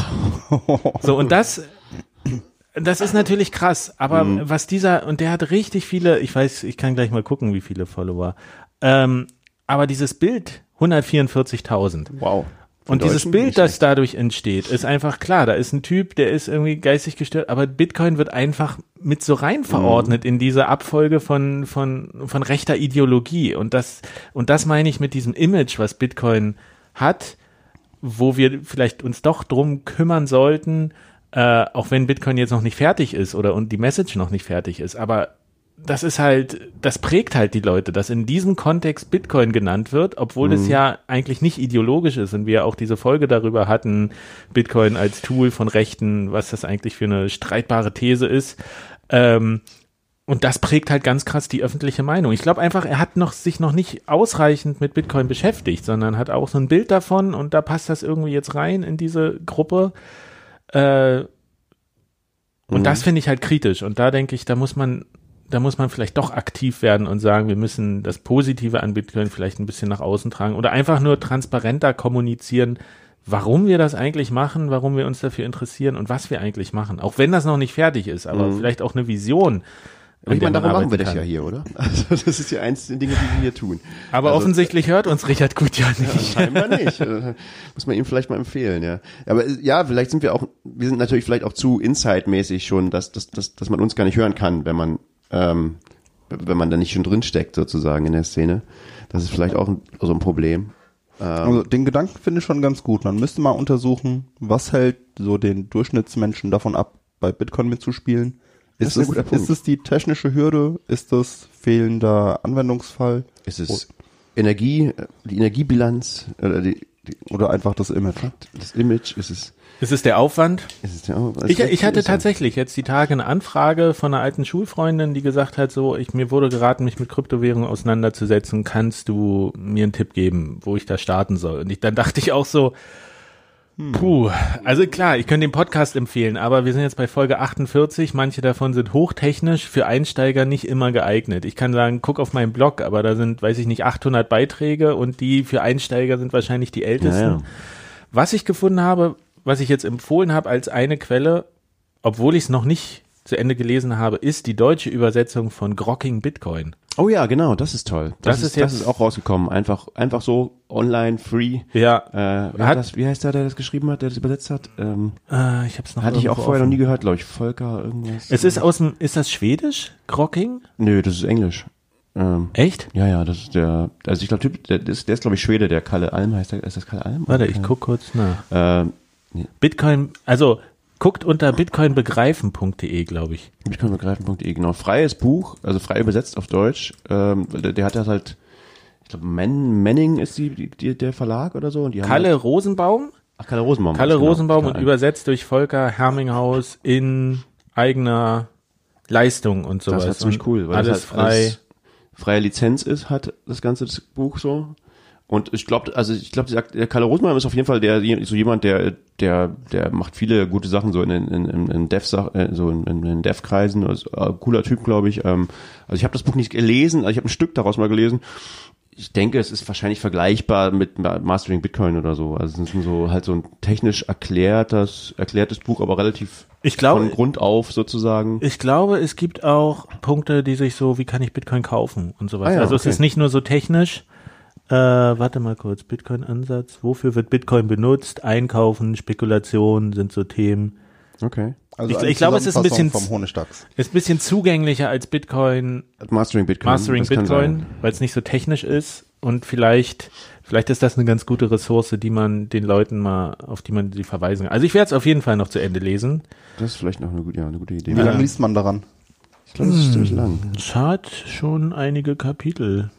So, und das ist natürlich krass, aber was und der hat richtig viele, ich kann gleich mal gucken, wie viele Follower, aber dieses Bild, 144.000. Wow. Und dieses Bild, das dadurch entsteht, ist einfach klar, da ist ein Typ, der ist irgendwie geistig gestört, aber Bitcoin wird einfach mit so rein verordnet in diese Abfolge von rechter Ideologie. Und das meine ich mit diesem Image, was Bitcoin hat, wo wir vielleicht uns doch drum kümmern sollten, auch wenn Bitcoin jetzt noch nicht fertig ist und die Message noch nicht fertig ist, aber das prägt halt die Leute, dass in diesem Kontext Bitcoin genannt wird, obwohl es ja eigentlich nicht ideologisch ist und wir auch diese Folge darüber hatten, Bitcoin als Tool von Rechten, was das eigentlich für eine streitbare These ist. Und das prägt halt ganz krass die öffentliche Meinung. Ich glaube einfach, er hat sich noch nicht ausreichend mit Bitcoin beschäftigt, sondern hat auch so ein Bild davon und da passt das irgendwie jetzt rein in diese Gruppe. Und das finde ich halt kritisch und da denke ich, da muss man vielleicht doch aktiv werden und sagen, wir müssen das Positive an Bitcoin vielleicht ein bisschen nach außen tragen oder einfach nur transparenter kommunizieren, warum wir das eigentlich machen, warum wir uns dafür interessieren und was wir eigentlich machen. Auch wenn das noch nicht fertig ist, aber vielleicht auch eine Vision. Aber ich meine, darum machen wir das ja hier, oder? Also das ist ja eins der Dinge, die wir hier tun. Aber also, offensichtlich hört uns Richard Gut ja nicht. Ja, scheinbar nicht. Muss man ihm vielleicht mal empfehlen, ja. Aber ja, vielleicht sind wir sind natürlich vielleicht auch zu Inside-mäßig schon, dass man uns gar nicht hören kann, wenn man da nicht schon drin steckt, sozusagen in der Szene. Das ist vielleicht auch so ein Problem. Also den Gedanken finde ich schon ganz gut. Man müsste mal untersuchen, was hält so den Durchschnittsmenschen davon ab, bei Bitcoin mitzuspielen. Ist es die technische Hürde? Ist das fehlender Anwendungsfall? Ist es die Energiebilanz? Oder einfach das Image? Das Image, ist es... Ist es der Aufwand? Ich hatte ist tatsächlich jetzt die Tage eine Anfrage von einer alten Schulfreundin, die gesagt hat, mir wurde geraten, mich mit Kryptowährungen auseinanderzusetzen. Kannst du mir einen Tipp geben, wo ich da starten soll? Und dann dachte ich auch so, also klar, ich könnte den Podcast empfehlen, aber wir sind jetzt bei Folge 48. Manche davon sind hochtechnisch, für Einsteiger nicht immer geeignet. Ich kann sagen, guck auf meinen Blog, aber da sind, 800 Beiträge und die für Einsteiger sind wahrscheinlich die ältesten. Ja. Was ich gefunden habe, was ich jetzt empfohlen habe als eine Quelle, obwohl ich es noch nicht zu Ende gelesen habe, ist die deutsche Übersetzung von Grokking Bitcoin. Oh ja, genau, das ist toll. Das ist auch rausgekommen. Einfach so online, free. Ja. Wie heißt der das geschrieben hat, der das übersetzt hat? Ich hab's noch hatte ich auch vorher noch nie gehört, glaube ich. Volker irgendwas. Es ist ist das Schwedisch? Grokking? Nö, das ist Englisch. Echt? Ja, das ist also ich glaube, der ist glaube ich Schwede, der Kalle Alm heißt der, ist das Kalle Alm? Warte, ich guck kurz nach. Bitcoin, also guckt unter bitcoinbegreifen.de, glaube ich. Bitcoinbegreifen.de, genau. Freies Buch, also frei übersetzt auf Deutsch. Der hat das halt, ich glaube, Manning ist der Verlag oder so. Und die Kalle Rosenbaum? Ach, Kalle Rosenbaum. Kalle Rosenbaum und übersetzt durch Volker Herminghaus in eigener Leistung und sowas. Das ist ziemlich cool, weil alles das halt freie Lizenz hat das ganze Buch so. Und ich glaube, der Kalle Rosenbaum ist auf jeden Fall jemand, der macht viele gute Sachen so in Dev-Kreisen, also cooler Typ, glaube ich. Also ich habe das Buch nicht gelesen, also ich habe ein Stück daraus mal gelesen. Ich denke, es ist wahrscheinlich vergleichbar mit Mastering Bitcoin oder so. Also es ist so ein technisch erklärtes Buch, aber relativ von Grund auf sozusagen. Ich glaube, es gibt auch Punkte, die sich so, wie kann ich Bitcoin kaufen und sowas. Also es ist nicht nur so technisch. Warte mal kurz, Bitcoin-Ansatz. Wofür wird Bitcoin benutzt? Einkaufen, Spekulation sind so Themen. Okay. Also ich glaube, es ist ein bisschen zugänglicher als Bitcoin. Mastering Bitcoin, weil es nicht so technisch ist und vielleicht ist das eine ganz gute Ressource, die man den Leuten auf die man sie verweisen kann. Also ich werde es auf jeden Fall noch zu Ende lesen. Das ist vielleicht noch eine gute Idee. Wie lange liest man daran? Ich glaube, das ist ziemlich lang. Es hat schon einige Kapitel.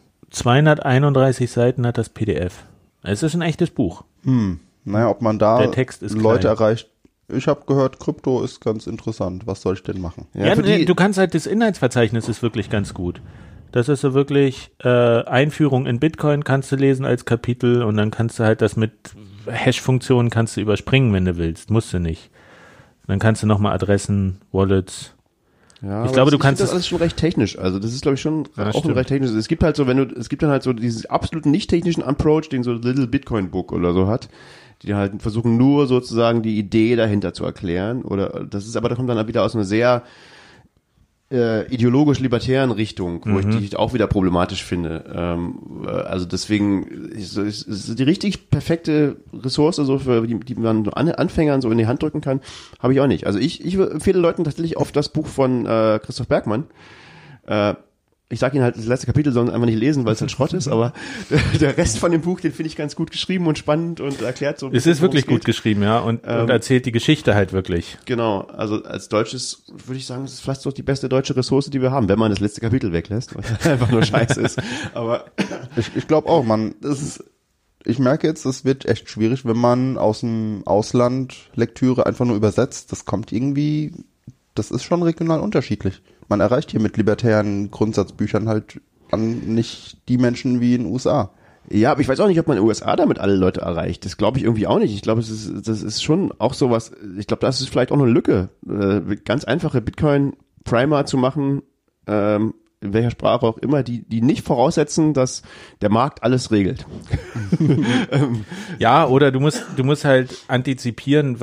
231 Seiten hat das PDF. Es ist ein echtes Buch. Naja, ob man da Leute erreicht. Ich habe gehört, Krypto ist ganz interessant. Was soll ich denn machen? Ja, du kannst halt, das Inhaltsverzeichnis ist wirklich ganz gut. Das ist so wirklich Einführung in Bitcoin kannst du lesen als Kapitel und dann kannst du halt das mit Hash-Funktionen kannst du überspringen, wenn du willst. Musst du nicht. Dann kannst du nochmal Adressen, Wallets. Ja, ich glaube, du kannst das alles schon recht technisch. Also das ist, glaube ich, schon ja, auch ein recht technisch. Es gibt halt so, es gibt dann halt so diesen absoluten nicht technischen Approach, den so Little Bitcoin Book oder so hat, die halt versuchen nur sozusagen die Idee dahinter zu erklären. Oder das ist aber, da kommt dann wieder aus einer sehr ideologisch-libertären Richtung, wo ich die auch wieder problematisch finde. Also deswegen ist die richtig perfekte Ressource, so für die man so Anfängern so in die Hand drücken kann, habe ich auch nicht. Also ich empfehle Leuten tatsächlich oft das Buch von Christoph Bergmann. Ich sage Ihnen halt, das letzte Kapitel sollen Sie einfach nicht lesen, weil es halt Schrott ist, aber der Rest von dem Buch, den finde ich ganz gut geschrieben und spannend und erklärt so ein bisschen. Es ist wirklich gut geschrieben, ja, und erzählt die Geschichte halt wirklich. Genau, also als Deutsches würde ich sagen, es ist vielleicht so die beste deutsche Ressource, die wir haben, wenn man das letzte Kapitel weglässt, was einfach nur scheiße ist. Aber ich glaube auch, ich merke jetzt, es wird echt schwierig, wenn man aus dem Ausland Lektüre einfach nur übersetzt. Das ist schon regional unterschiedlich. Man erreicht hier mit libertären Grundsatzbüchern halt nicht die Menschen wie in den USA. Ja, aber ich weiß auch nicht, ob man in den USA damit alle Leute erreicht. Das glaube ich irgendwie auch nicht. Ich glaube, das ist schon auch sowas, ich glaube, das ist vielleicht auch eine Lücke, ganz einfache Bitcoin-Primer zu machen, in welcher Sprache auch immer, die nicht voraussetzen, dass der Markt alles regelt. Ja, oder du musst halt antizipieren,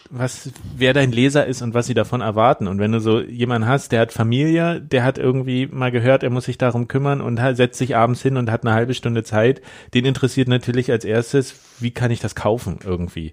wer dein Leser ist und was sie davon erwarten. Und wenn du so jemanden hast, der hat Familie, der hat irgendwie mal gehört, er muss sich darum kümmern und setzt sich abends hin und hat eine halbe Stunde Zeit, den interessiert natürlich als erstes, wie kann ich das kaufen irgendwie?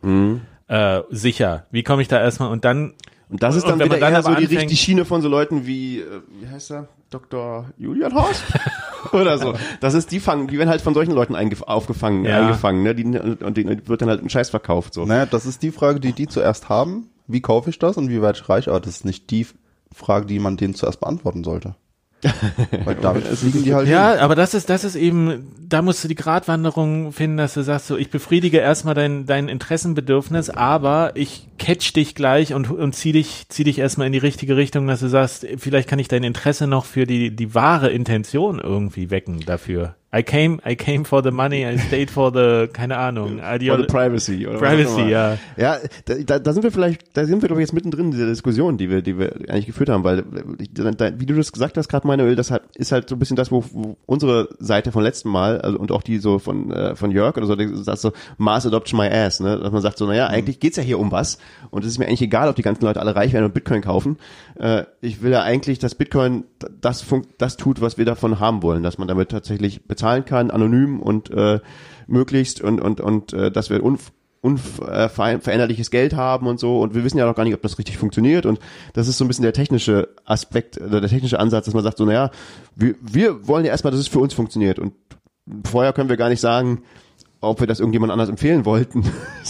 Sicher. Wie komme ich da erstmal und das ist dann wieder eher so die Schiene von so Leuten wie heißt er? Dr. Julian Horst? Oder so. Das ist die werden halt von solchen Leuten eingefangen, ne? Und denen wird dann halt ein Scheiß verkauft, so. Naja, das ist die Frage, die zuerst haben. Wie kaufe ich das und wie werde ich reich? Aber das ist nicht die Frage, die man denen zuerst beantworten sollte. Weil damit fliegen die halt ja, aber das ist eben, da musst du die Gratwanderung finden, dass du sagst so, ich befriedige erstmal dein Interessenbedürfnis, aber ich catch dich gleich und zieh dich erstmal in die richtige Richtung, dass du sagst, vielleicht kann ich dein Interesse noch für die wahre Intention irgendwie wecken dafür. I came for the money, I stayed for the, keine Ahnung, for the privacy. Oder Privacy, ja. Ja, da sind wir glaube ich jetzt mittendrin in dieser Diskussion, die wir eigentlich geführt haben, weil, wie du das gesagt hast gerade, Manuel, das ist halt so ein bisschen das, wo unsere Seite von letztem Mal, also, und auch die so von Jörg oder so, das sagt so, Mass Adoption my ass, ne, dass man sagt so, naja, eigentlich geht's ja hier um was und es ist mir eigentlich egal, ob die ganzen Leute alle reich werden und Bitcoin kaufen. Ich will ja eigentlich, dass Bitcoin das tut, was wir davon haben wollen, dass man damit tatsächlich bezahlen kann, anonym und möglichst und dass wir unveränderliches Geld haben und so und wir wissen ja noch gar nicht, ob das richtig funktioniert und das ist so ein bisschen der technische Aspekt oder der technische Ansatz, dass man sagt so, naja, wir wollen ja erstmal, dass es für uns funktioniert und vorher können wir gar nicht sagen, ob wir das irgendjemand anders empfehlen wollten.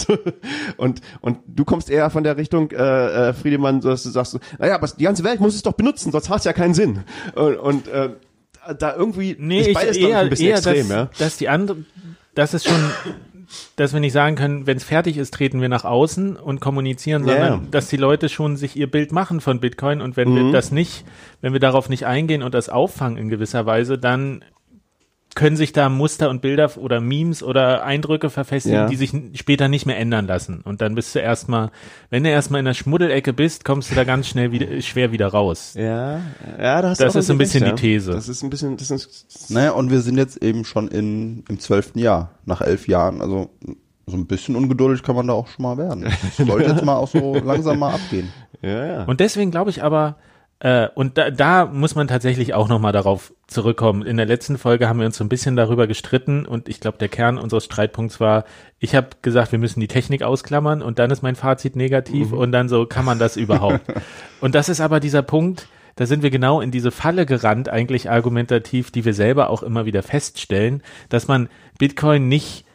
und du kommst eher von der Richtung, Friedemann, dass du sagst, naja, aber die ganze Welt muss es doch benutzen, sonst hat es ja keinen Sinn. Und da irgendwie ist beides eher ein bisschen extrem, ja. Das ist schon, dass wir nicht sagen können, wenn es fertig ist, treten wir nach außen und kommunizieren, sondern dass die Leute schon sich ihr Bild machen von Bitcoin und wenn wir darauf nicht eingehen und das auffangen in gewisser Weise, dann können sich da Muster und Bilder oder Memes oder Eindrücke verfestigen, die sich später nicht mehr ändern lassen. Und dann bist du wenn du erstmal in der Schmuddelecke bist, kommst du da ganz schwer wieder raus. Ja, das ist so ein bisschen die These. Das ist ein bisschen, naja, und wir sind jetzt eben schon im 12. Jahr, nach 11 Jahren, also so ein bisschen ungeduldig kann man da auch schon mal werden. Das sollte jetzt mal auch so langsam mal abgehen. Ja. Und deswegen glaube ich aber, und da muss man tatsächlich auch nochmal darauf zurückkommen. In der letzten Folge haben wir uns so ein bisschen darüber gestritten und ich glaube, der Kern unseres Streitpunkts war, ich habe gesagt, wir müssen die Technik ausklammern und dann ist mein Fazit negativ und dann so, kann man das überhaupt? Und das ist aber dieser Punkt, da sind wir genau in diese Falle gerannt, eigentlich argumentativ, die wir selber auch immer wieder feststellen, dass man Bitcoin nicht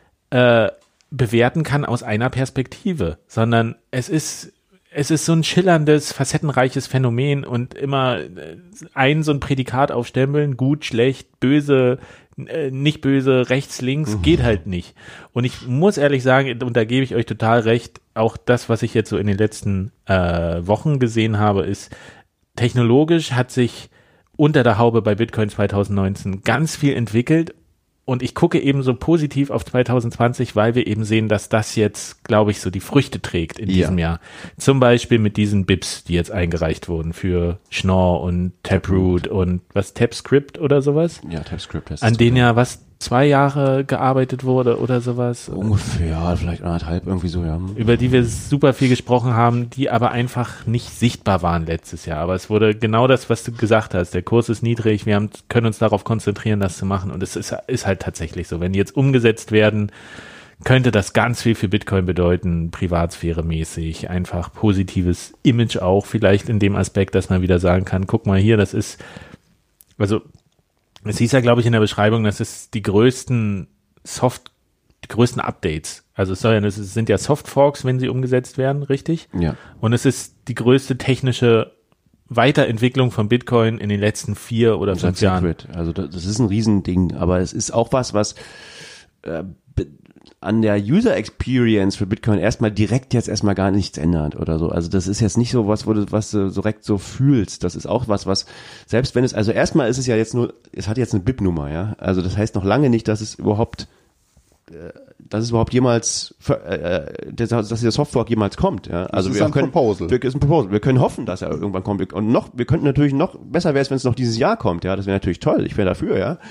bewerten kann aus einer Perspektive, sondern es ist so ein schillerndes, facettenreiches Phänomen und immer so ein Prädikat aufstempeln, gut, schlecht, böse, nicht böse, rechts, links, geht halt nicht. Und ich muss ehrlich sagen, und da gebe ich euch total recht, auch das, was ich jetzt so in den letzten Wochen gesehen habe, ist, technologisch hat sich unter der Haube bei Bitcoin 2019 ganz viel entwickelt. Und ich gucke eben so positiv auf 2020, weil wir eben sehen, dass das jetzt, glaube ich, so die Früchte trägt in diesem Jahr. Zum Beispiel mit diesen BIPs, die jetzt eingereicht wurden für Schnorr und Taproot und was, TapScript oder sowas? Ja, TapScript heißt an denen ja 2 Jahre gearbeitet wurde oder sowas. Ungefähr, vielleicht 1,5, irgendwie so, ja. Über die wir super viel gesprochen haben, die aber einfach nicht sichtbar waren letztes Jahr. Aber es wurde genau das, was du gesagt hast. Der Kurs ist niedrig, wir können uns darauf konzentrieren, das zu machen. Und es ist halt tatsächlich so. Wenn die jetzt umgesetzt werden, könnte das ganz viel für Bitcoin bedeuten, privatsphäremäßig, einfach positives Image auch, vielleicht in dem Aspekt, dass man wieder sagen kann, guck mal hier, das ist, also es hieß ja, glaube ich, in der Beschreibung, das ist die größten Updates. Also es sind ja Softforks, wenn sie umgesetzt werden, richtig? Ja. Und es ist die größte technische Weiterentwicklung von Bitcoin in den letzten 4 oder 5 Jahren. Also das ist ein Riesending, aber es ist auch was an der User Experience für Bitcoin erstmal gar nichts ändert oder so. Also das ist jetzt nicht so was du direkt so fühlst. Das ist auch was, selbst wenn also erstmal ist es ja jetzt nur, es hat jetzt eine BIP-Nummer, ja. Also das heißt noch lange nicht, dass es überhaupt jemals, dass dieser Softfork jemals kommt, ja. Also ist ein Proposal. Wir können hoffen, dass er irgendwann kommt. Und wir könnten natürlich noch besser wäre es, wenn es noch dieses Jahr kommt, ja. Das wäre natürlich toll. Ich wäre dafür, ja.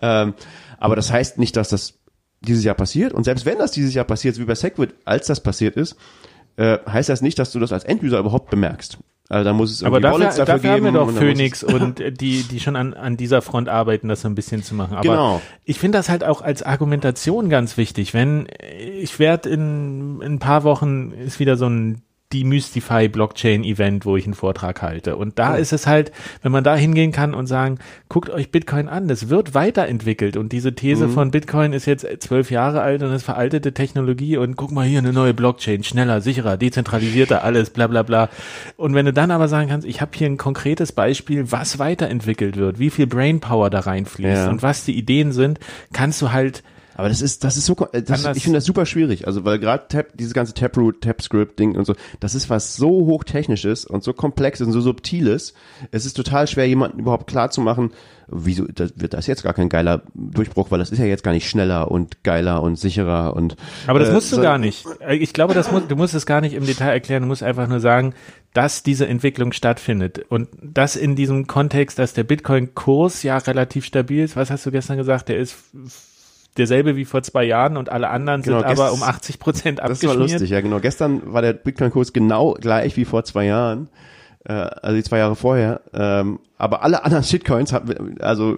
Aber das heißt nicht, dass das dieses Jahr passiert. Und selbst wenn das dieses Jahr passiert, wie bei Segwit, als das passiert ist, heißt das nicht, dass du das als Enduser überhaupt bemerkst. Also da muss es irgendwie Wallets dafür geben. Aber dafür haben wir doch Phoenix und die schon an dieser Front arbeiten, das so ein bisschen zu machen. Aber genau. Ich finde das halt auch als Argumentation ganz wichtig. Wenn ich werde in ein paar Wochen ist wieder so ein Demystify Blockchain Event, wo ich einen Vortrag halte. Und da ist es halt, wenn man da hingehen kann und sagen, guckt euch Bitcoin an, das wird weiterentwickelt und diese These von Bitcoin ist jetzt 12 Jahre alt und ist veraltete Technologie und guck mal hier eine neue Blockchain, schneller, sicherer, dezentralisierter, alles, bla bla bla. Und wenn du dann aber sagen kannst, ich habe hier ein konkretes Beispiel, was weiterentwickelt wird, wie viel Brainpower da reinfließt und was die Ideen sind, kannst du halt. Aber das ist so, ich finde das super schwierig, also weil gerade dieses ganze Taproot, TapScript-Ding und so, das ist was so hochtechnisches und so komplexes und so subtiles, es ist total schwer, jemandem überhaupt klar zu machen, wieso wird das jetzt gar kein geiler Durchbruch, weil das ist ja jetzt gar nicht schneller und geiler und sicherer und. Aber das musst du gar nicht. Ich glaube, du musst es gar nicht im Detail erklären, du musst einfach nur sagen, dass diese Entwicklung stattfindet und das in diesem Kontext, dass der Bitcoin-Kurs ja relativ stabil ist. Was hast du gestern gesagt? Der ist derselbe wie vor 2 Jahren und alle anderen sind aber um 80% abgeschmiert. Das war lustig, ja genau. Gestern war der Bitcoin-Kurs genau gleich wie vor 2 Jahren, also die 2 Jahre vorher, aber alle anderen Shitcoins sind alle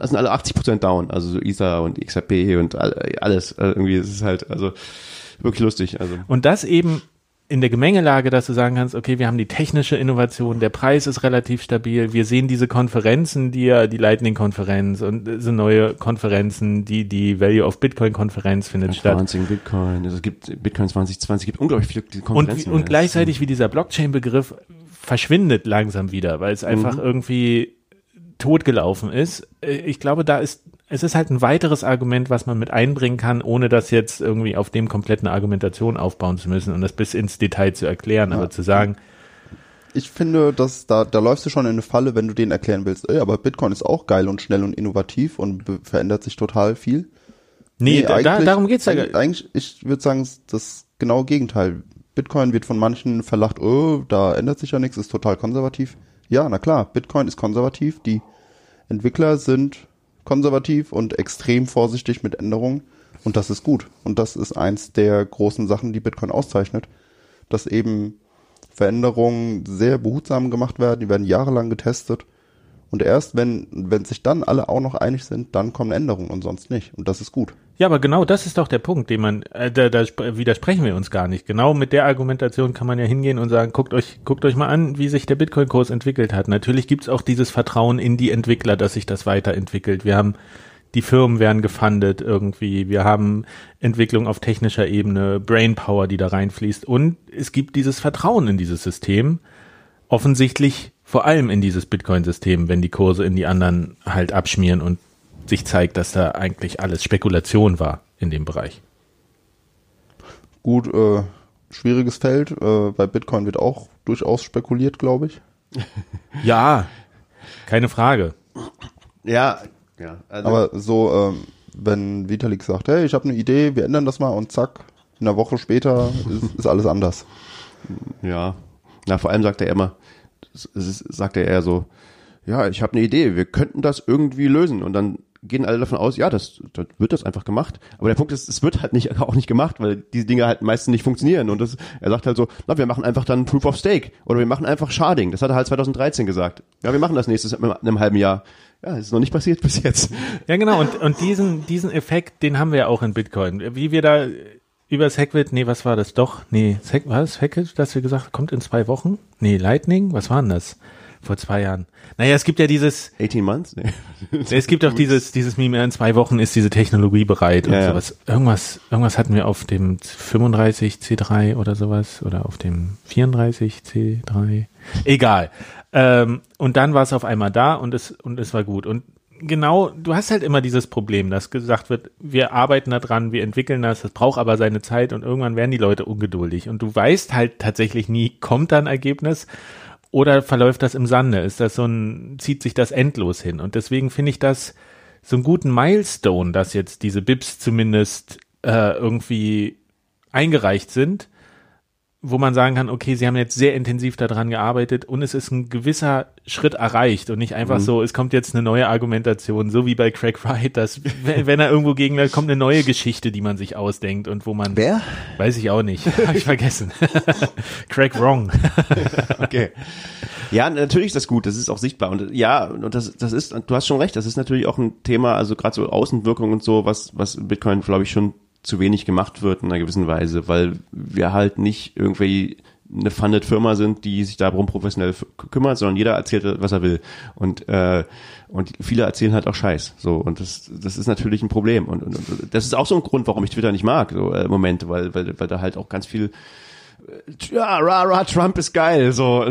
80% down, also so Ether und XRP und alles, irgendwie, es ist halt, also wirklich lustig. Also. Und das eben in der Gemengelage, dass du sagen kannst, okay, wir haben die technische Innovation, der Preis ist relativ stabil, wir sehen diese Konferenzen, die Lightning-Konferenz und so neue Konferenzen, die Value of Bitcoin-Konferenz findet statt. Advancing Bitcoin, also es gibt Bitcoin 2020, es gibt unglaublich viele Konferenzen. Und gleichzeitig wie dieser Blockchain-Begriff verschwindet langsam wieder, weil es einfach irgendwie totgelaufen ist. Ich glaube, es ist halt ein weiteres Argument, was man mit einbringen kann, ohne das jetzt irgendwie auf dem kompletten Argumentation aufbauen zu müssen und das bis ins Detail zu erklären, aber zu sagen. Ich finde, dass da läufst du schon in eine Falle, wenn du denen erklären willst, aber Bitcoin ist auch geil und schnell und innovativ und verändert sich total viel. Nee, darum geht's ja. Eigentlich, ich würde sagen, das genaue Gegenteil. Bitcoin wird von manchen verlacht, da ändert sich ja nichts, ist total konservativ. Ja, na klar, Bitcoin ist konservativ, die Entwickler sind konservativ und extrem vorsichtig mit Änderungen und das ist gut. Und das ist eins der großen Sachen, die Bitcoin auszeichnet, dass eben Veränderungen sehr behutsam gemacht werden, die werden jahrelang getestet und erst wenn sich dann alle auch noch einig sind, dann kommen Änderungen und sonst nicht und das ist gut. Ja, aber genau das ist doch der Punkt, den man, da widersprechen wir uns gar nicht. Genau mit der Argumentation kann man ja hingehen und sagen, guckt euch mal an, wie sich der Bitcoin-Kurs entwickelt hat. Natürlich gibt's auch dieses Vertrauen in die Entwickler, dass sich das weiterentwickelt. Die Firmen werden gefundet irgendwie, wir haben Entwicklung auf technischer Ebene, Brainpower, die da reinfließt und es gibt dieses Vertrauen in dieses System, offensichtlich vor allem in dieses Bitcoin-System, wenn die Kurse in die anderen halt abschmieren und sich zeigt, dass da eigentlich alles Spekulation war in dem Bereich. Gut, schwieriges Feld. Bei Bitcoin wird auch durchaus spekuliert, glaube ich. Ja, keine Frage. Ja. Also Aber so, wenn Vitalik sagt, hey, ich habe eine Idee, wir ändern das mal und zack, eine Woche später ist alles anders. Ja, vor allem sagt er immer, eher so, ja, ich habe eine Idee, wir könnten das irgendwie lösen und dann gehen alle davon aus, ja, das wird das einfach gemacht. Aber der Punkt ist, es wird halt auch nicht gemacht, weil diese Dinge halt meistens nicht funktionieren. Und er sagt halt so, wir machen einfach dann Proof of Stake oder wir machen einfach Sharding. Das hat er halt 2013 gesagt. Ja, wir machen das nächstes in einem halben Jahr. Ja, ist noch nicht passiert bis jetzt. Ja, genau. Und diesen Effekt, den haben wir ja auch in Bitcoin. Wie wir da über Segwit, was war das doch? War das Segwit, dass wir gesagt haben, kommt in 2 Wochen? Lightning, was war denn das? Vor 2 Jahren. Naja, es gibt ja dieses 18 months? Nee. Es gibt auch dieses Meme, in 2 Wochen ist diese Technologie bereit und sowas. Irgendwas hatten wir auf dem 35C3 oder sowas oder auf dem 34C3. Egal. Und dann war es auf einmal da und es war gut. Und genau, du hast halt immer dieses Problem, dass gesagt wird, wir arbeiten da dran, wir entwickeln das braucht aber seine Zeit und irgendwann werden die Leute ungeduldig. Und du weißt halt tatsächlich nie, kommt da ein Ergebnis oder verläuft das im Sande? Ist das zieht sich das endlos hin? Und deswegen finde ich das so einen guten Milestone, dass jetzt diese BIPs zumindest irgendwie eingereicht sind, wo man sagen kann, okay, sie haben jetzt sehr intensiv daran gearbeitet und es ist ein gewisser Schritt erreicht und nicht einfach so, es kommt jetzt eine neue Argumentation, so wie bei Craig Wright, dass wenn er irgendwo da kommt eine neue Geschichte, die man sich ausdenkt und wo man... Wer? Weiß ich auch nicht, habe ich vergessen. Craig Wrong. Okay. Ja, natürlich ist das gut, das ist auch sichtbar und das ist, du hast schon recht, das ist natürlich auch ein Thema, also gerade so Außenwirkung und so, was Bitcoin, glaube ich, schon zu wenig gemacht wird in einer gewissen Weise, weil wir halt nicht irgendwie eine funded Firma sind, die sich darum professionell kümmert, sondern jeder erzählt, was er will. Und viele erzählen halt auch Scheiß. So, und das ist natürlich ein Problem. Und das ist auch so ein Grund, warum ich Twitter nicht mag, so im Moment, weil da halt auch ganz viel Trump ist geil, so.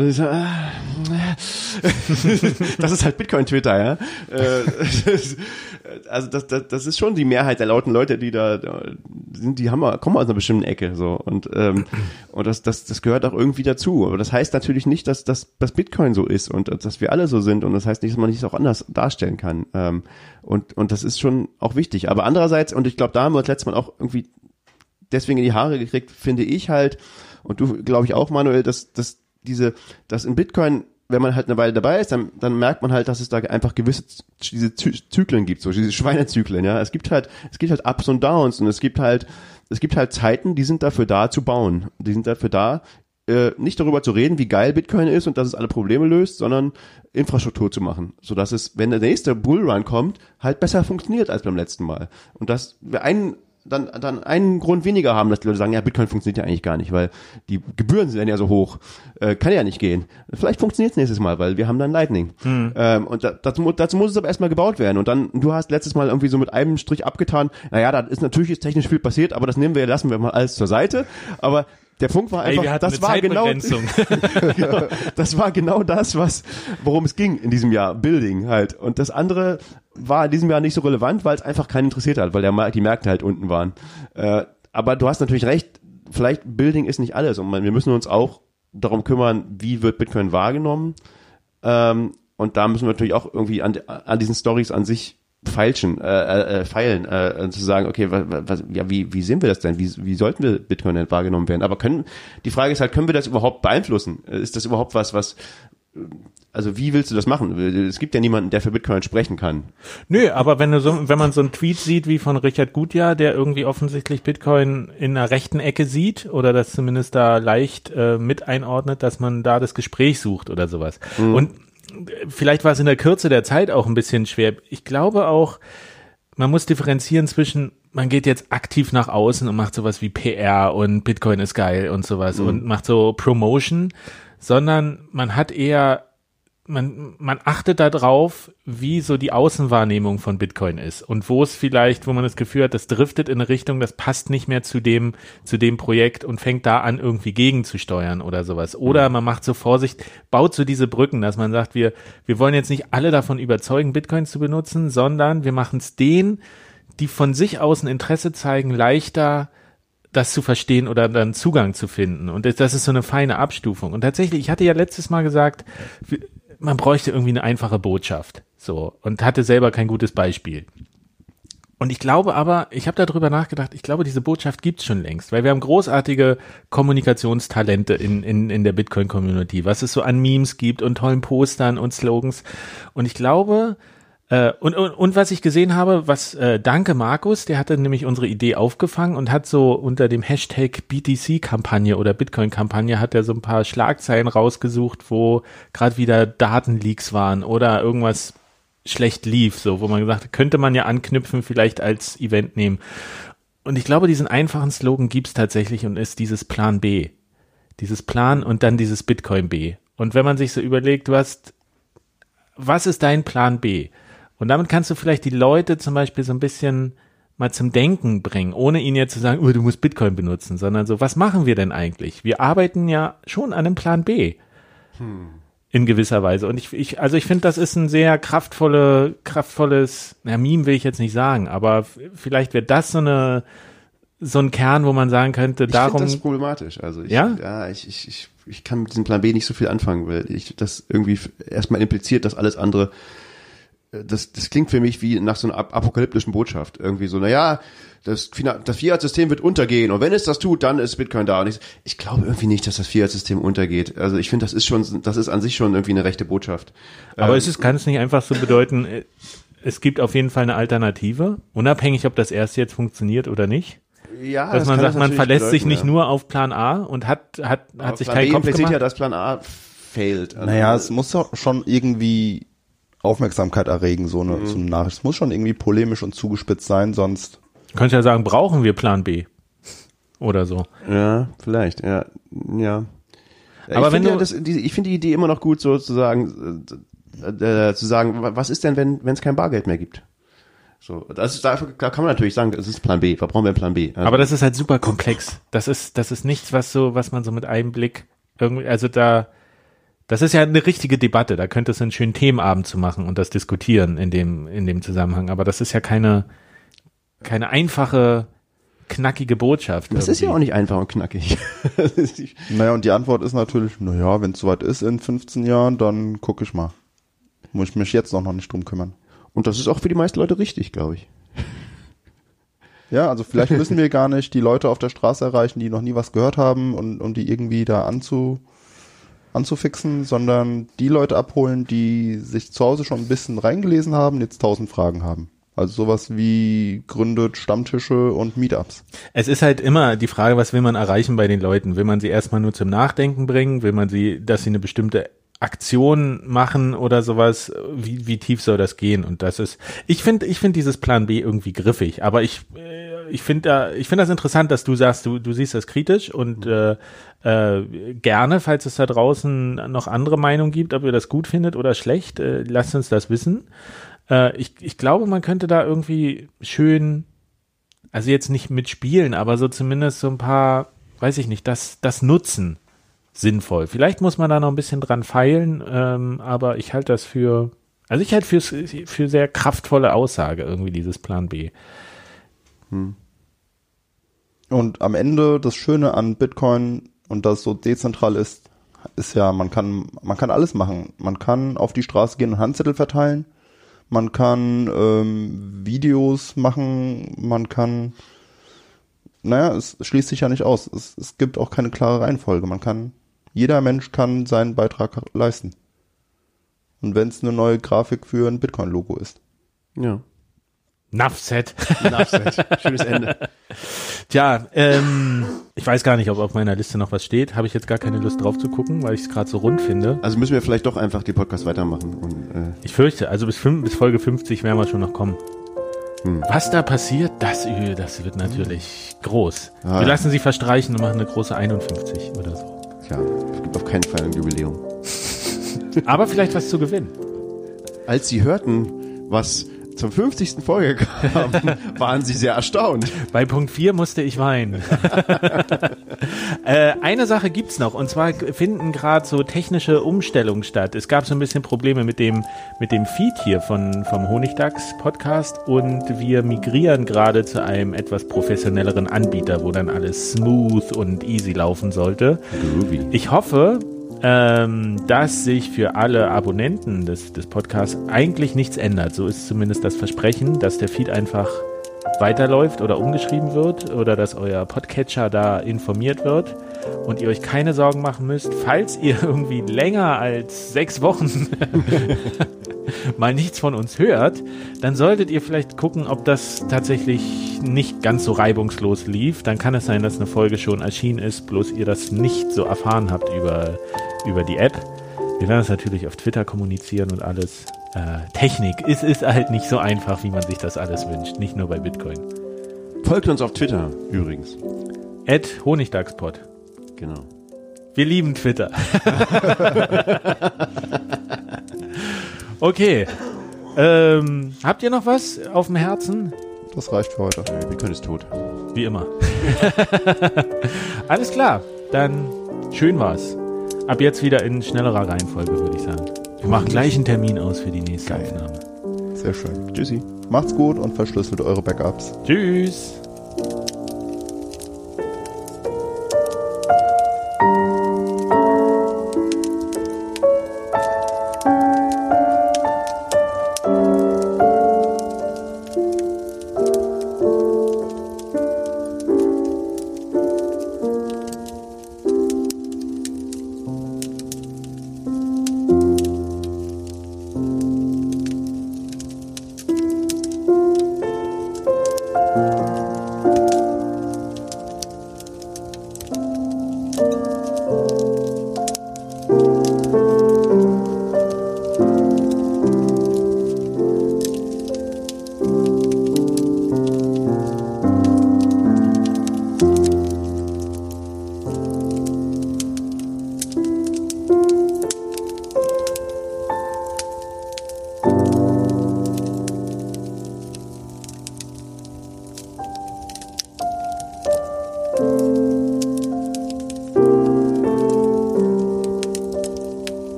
Das ist halt Bitcoin-Twitter, ja. Also das ist schon die Mehrheit der lauten Leute, die da sind, kommen aus einer bestimmten Ecke, so. Und das gehört auch irgendwie dazu. Aber das heißt natürlich nicht, dass Bitcoin so ist und dass wir alle so sind. Und das heißt nicht, dass man nicht auch anders darstellen kann. Und das ist schon auch wichtig. Aber andererseits, und ich glaube, da haben wir uns letztes Mal auch irgendwie deswegen in die Haare gekriegt, finde ich halt, und du, glaube ich auch, Manuel, dass in Bitcoin, wenn man halt eine Weile dabei ist, dann merkt man halt, dass es da einfach gewisse diese Zyklen gibt, so diese Schweinezyklen, ja. Es gibt halt Ups und Downs und es gibt halt Zeiten, die sind dafür da zu bauen. Die sind dafür da, nicht darüber zu reden, wie geil Bitcoin ist und dass es alle Probleme löst, sondern Infrastruktur zu machen, sodass es, wenn der nächste Bullrun kommt, halt besser funktioniert als beim letzten Mal. Und dass wir dann einen Grund weniger haben, dass die Leute sagen, ja, Bitcoin funktioniert ja eigentlich gar nicht, weil die Gebühren sind ja so hoch, kann ja nicht gehen. Vielleicht funktioniert es nächstes Mal, weil wir haben dann Lightning. Und dazu muss es aber erstmal gebaut werden. Und dann, du hast letztes Mal irgendwie so mit einem Strich abgetan, naja, da ist natürlich jetzt technisch viel passiert, aber das lassen wir mal alles zur Seite. Aber der Punkt war einfach, das war genau das, worum es ging in diesem Jahr, Building halt. Und das andere war in diesem Jahr nicht so relevant, weil es einfach keinen interessiert hat, weil die Märkte halt unten waren. Aber du hast natürlich recht, vielleicht Building ist nicht alles und wir müssen uns auch darum kümmern, wie wird Bitcoin wahrgenommen. Und da müssen wir natürlich auch irgendwie an diesen Stories an sich feilen, zu sagen, okay, wie sehen wir das denn? Wie sollten wir Bitcoin denn wahrgenommen werden? Aber die Frage ist halt, können wir das überhaupt beeinflussen? Ist das überhaupt also wie willst du das machen? Es gibt ja niemanden, der für Bitcoin sprechen kann. Nö, aber wenn man so einen Tweet sieht wie von Richard Gutjahr, der irgendwie offensichtlich Bitcoin in einer rechten Ecke sieht oder das zumindest da leicht mit einordnet, dass man da das Gespräch sucht oder sowas. Und vielleicht war es in der Kürze der Zeit auch ein bisschen schwer. Ich glaube auch, man muss differenzieren zwischen, man geht jetzt aktiv nach außen und macht sowas wie PR und Bitcoin ist geil und sowas und macht so Promotion, sondern man hat eher, man achtet da drauf, wie so die Außenwahrnehmung von Bitcoin ist und wo man das Gefühl hat, das driftet in eine Richtung, das passt nicht mehr zu dem Projekt und fängt da an, irgendwie gegenzusteuern oder sowas. Oder man macht so baut so diese Brücken, dass man sagt, wir wollen jetzt nicht alle davon überzeugen, Bitcoin zu benutzen, sondern wir machen es denen, die von sich aus ein Interesse zeigen, leichter das zu verstehen oder dann Zugang zu finden. Und das ist so eine feine Abstufung. Und tatsächlich, ich hatte ja letztes Mal gesagt, man bräuchte irgendwie eine einfache Botschaft. So, und hatte selber kein gutes Beispiel. Und ich glaube aber, ich habe darüber nachgedacht, ich glaube, diese Botschaft gibt's schon längst, weil wir haben großartige Kommunikationstalente in der Bitcoin-Community, was es so an Memes gibt und tollen Postern und Slogans. Und ich glaube, und was ich gesehen habe, danke Markus, der hatte nämlich unsere Idee aufgefangen und hat so unter dem Hashtag BTC-Kampagne oder Bitcoin-Kampagne hat er so ein paar Schlagzeilen rausgesucht, wo gerade wieder Datenleaks waren oder irgendwas schlecht lief, so, wo man gesagt hat, könnte man ja anknüpfen, vielleicht als Event nehmen. Und ich glaube, diesen einfachen Slogan gibt's tatsächlich und ist dieses Plan B. Dieses Plan und dann dieses Bitcoin B. Und wenn man sich so überlegt, was ist dein Plan B? Und damit kannst du vielleicht die Leute zum Beispiel so ein bisschen mal zum Denken bringen, ohne ihnen jetzt zu sagen, du musst Bitcoin benutzen, sondern so, was machen wir denn eigentlich? Wir arbeiten ja schon an einem Plan B. In gewisser Weise. Und ich finde, das ist ein sehr kraftvolles, Meme will ich jetzt nicht sagen, aber vielleicht wäre das so ein Kern, wo man sagen könnte, ich finde das problematisch. Also ich kann mit diesem Plan B nicht so viel anfangen, weil das irgendwie erstmal impliziert, dass alles andere, das klingt für mich wie nach so einer apokalyptischen Botschaft. Irgendwie so, das Fiat-System wird untergehen und wenn es das tut, dann ist Bitcoin da. Und ich glaube irgendwie nicht, dass das Fiat-System untergeht. Also ich finde, das ist an sich schon irgendwie eine rechte Botschaft. Aber kann es nicht einfach so bedeuten, es gibt auf jeden Fall eine Alternative, unabhängig, ob das erste jetzt funktioniert oder nicht? Ja, dass man sagt, man verlässt sich nicht nur auf Plan A und hat sich keinen Kopf gemacht. Ja, dass Plan A failt. Also es muss doch schon irgendwie Aufmerksamkeit erregen, so eine Nachricht. Es muss schon irgendwie polemisch und zugespitzt sein, sonst. Du könntest ja sagen, brauchen wir Plan B? Oder so. Ja, vielleicht, ja. Aber ich finde die Idee immer noch gut, sozusagen, zu sagen, was ist denn, wenn es kein Bargeld mehr gibt? So, da kann man natürlich sagen, das ist Plan B. Da brauchen wir einen Plan B. Also, aber das ist halt super komplex. Das ist nichts, was man so mit einem Blick irgendwie, das ist ja eine richtige Debatte. Da könnte es einen schönen Themenabend zu machen und das diskutieren in dem Zusammenhang. Aber das ist ja keine einfache, knackige Botschaft. Das ist ja auch nicht einfach und knackig. Und die Antwort ist natürlich, wenn es soweit ist in 15 Jahren, dann gucke ich mal. Muss ich mich jetzt noch nicht drum kümmern. Und das ist auch für die meisten Leute richtig, glaube ich. Ja, also vielleicht müssen wir gar nicht die Leute auf der Straße erreichen, die noch nie was gehört haben und die irgendwie da anzufixen, sondern die Leute abholen, die sich zu Hause schon ein bisschen reingelesen haben, jetzt 1000 Fragen haben. Also sowas wie gründet Stammtische und Meetups. Es ist halt immer die Frage, was will man erreichen bei den Leuten? Will man sie erstmal nur zum Nachdenken bringen? Will man dass sie eine bestimmte Aktion machen oder sowas? Wie tief soll das gehen? Und das ist, ich finde dieses Plan B irgendwie griffig, aber ich finde das interessant, dass du sagst, du siehst das kritisch und gerne, falls es da draußen noch andere Meinungen gibt, ob ihr das gut findet oder schlecht, lasst uns das wissen. Ich glaube, man könnte da irgendwie schön, also jetzt nicht mitspielen, aber so zumindest so ein paar, weiß ich nicht, das nutzen sinnvoll. Vielleicht muss man da noch ein bisschen dran feilen, aber ich halte das für sehr kraftvolle Aussage irgendwie, dieses Plan B. Und am Ende das Schöne an Bitcoin und das so dezentral ist ja, man kann alles machen. Man kann auf die Straße gehen und Handzettel verteilen. Man kann Videos machen. Man kann, es schließt sich ja nicht aus. Es gibt auch keine klare Reihenfolge. Jeder Mensch kann seinen Beitrag leisten. Und wenn es eine neue Grafik für ein Bitcoin-Logo ist. Ja. Nuffset. Schönes Ende. Tja, ich weiß gar nicht, ob auf meiner Liste noch was steht. Habe ich jetzt gar keine Lust drauf zu gucken, weil ich es gerade so rund finde. Also müssen wir vielleicht doch einfach den Podcast weitermachen. Und, ich fürchte, also bis Folge 50 werden wir schon noch kommen. Was da passiert, das wird natürlich groß. Wir lassen sie verstreichen und machen eine große 51 oder so. Ja, es gibt auf keinen Fall ein Jubiläum. Aber vielleicht was zu gewinnen. Als sie hörten, was zur 50. Folge kam, waren sie sehr erstaunt. Bei Punkt 4 musste ich weinen. Eine Sache gibt's noch, und zwar finden gerade so technische Umstellungen statt. Es gab so ein bisschen Probleme mit dem Feed hier vom Honigdachs-Podcast und wir migrieren gerade zu einem etwas professionelleren Anbieter, wo dann alles smooth und easy laufen sollte. Groovy. Ich hoffe, dass sich für alle Abonnenten des Podcasts eigentlich nichts ändert. So ist zumindest das Versprechen, dass der Feed einfach weiterläuft oder umgeschrieben wird oder dass euer Podcatcher da informiert wird und ihr euch keine Sorgen machen müsst, falls ihr irgendwie länger als 6 Wochen mal nichts von uns hört, dann solltet ihr vielleicht gucken, ob das tatsächlich nicht ganz so reibungslos lief. Dann kann es sein, dass eine Folge schon erschienen ist, bloß ihr das nicht so erfahren habt über die App. Wir werden das natürlich auf Twitter kommunizieren und alles. Technik. Es ist halt nicht so einfach, wie man sich das alles wünscht. Nicht nur bei Bitcoin. Folgt uns auf Twitter übrigens. @Honigdachspod. Genau. Wir lieben Twitter. Okay. Habt ihr noch was auf dem Herzen? Das reicht für heute. Bitcoin ist tot. Wie immer. Alles klar. Dann schön war's. Ab jetzt wieder in schnellerer Reihenfolge, würde ich sagen. Wir machen gleich einen Termin aus für die nächste Aufnahme. Sehr schön. Tschüssi. Macht's gut und verschlüsselt eure Backups. Tschüss.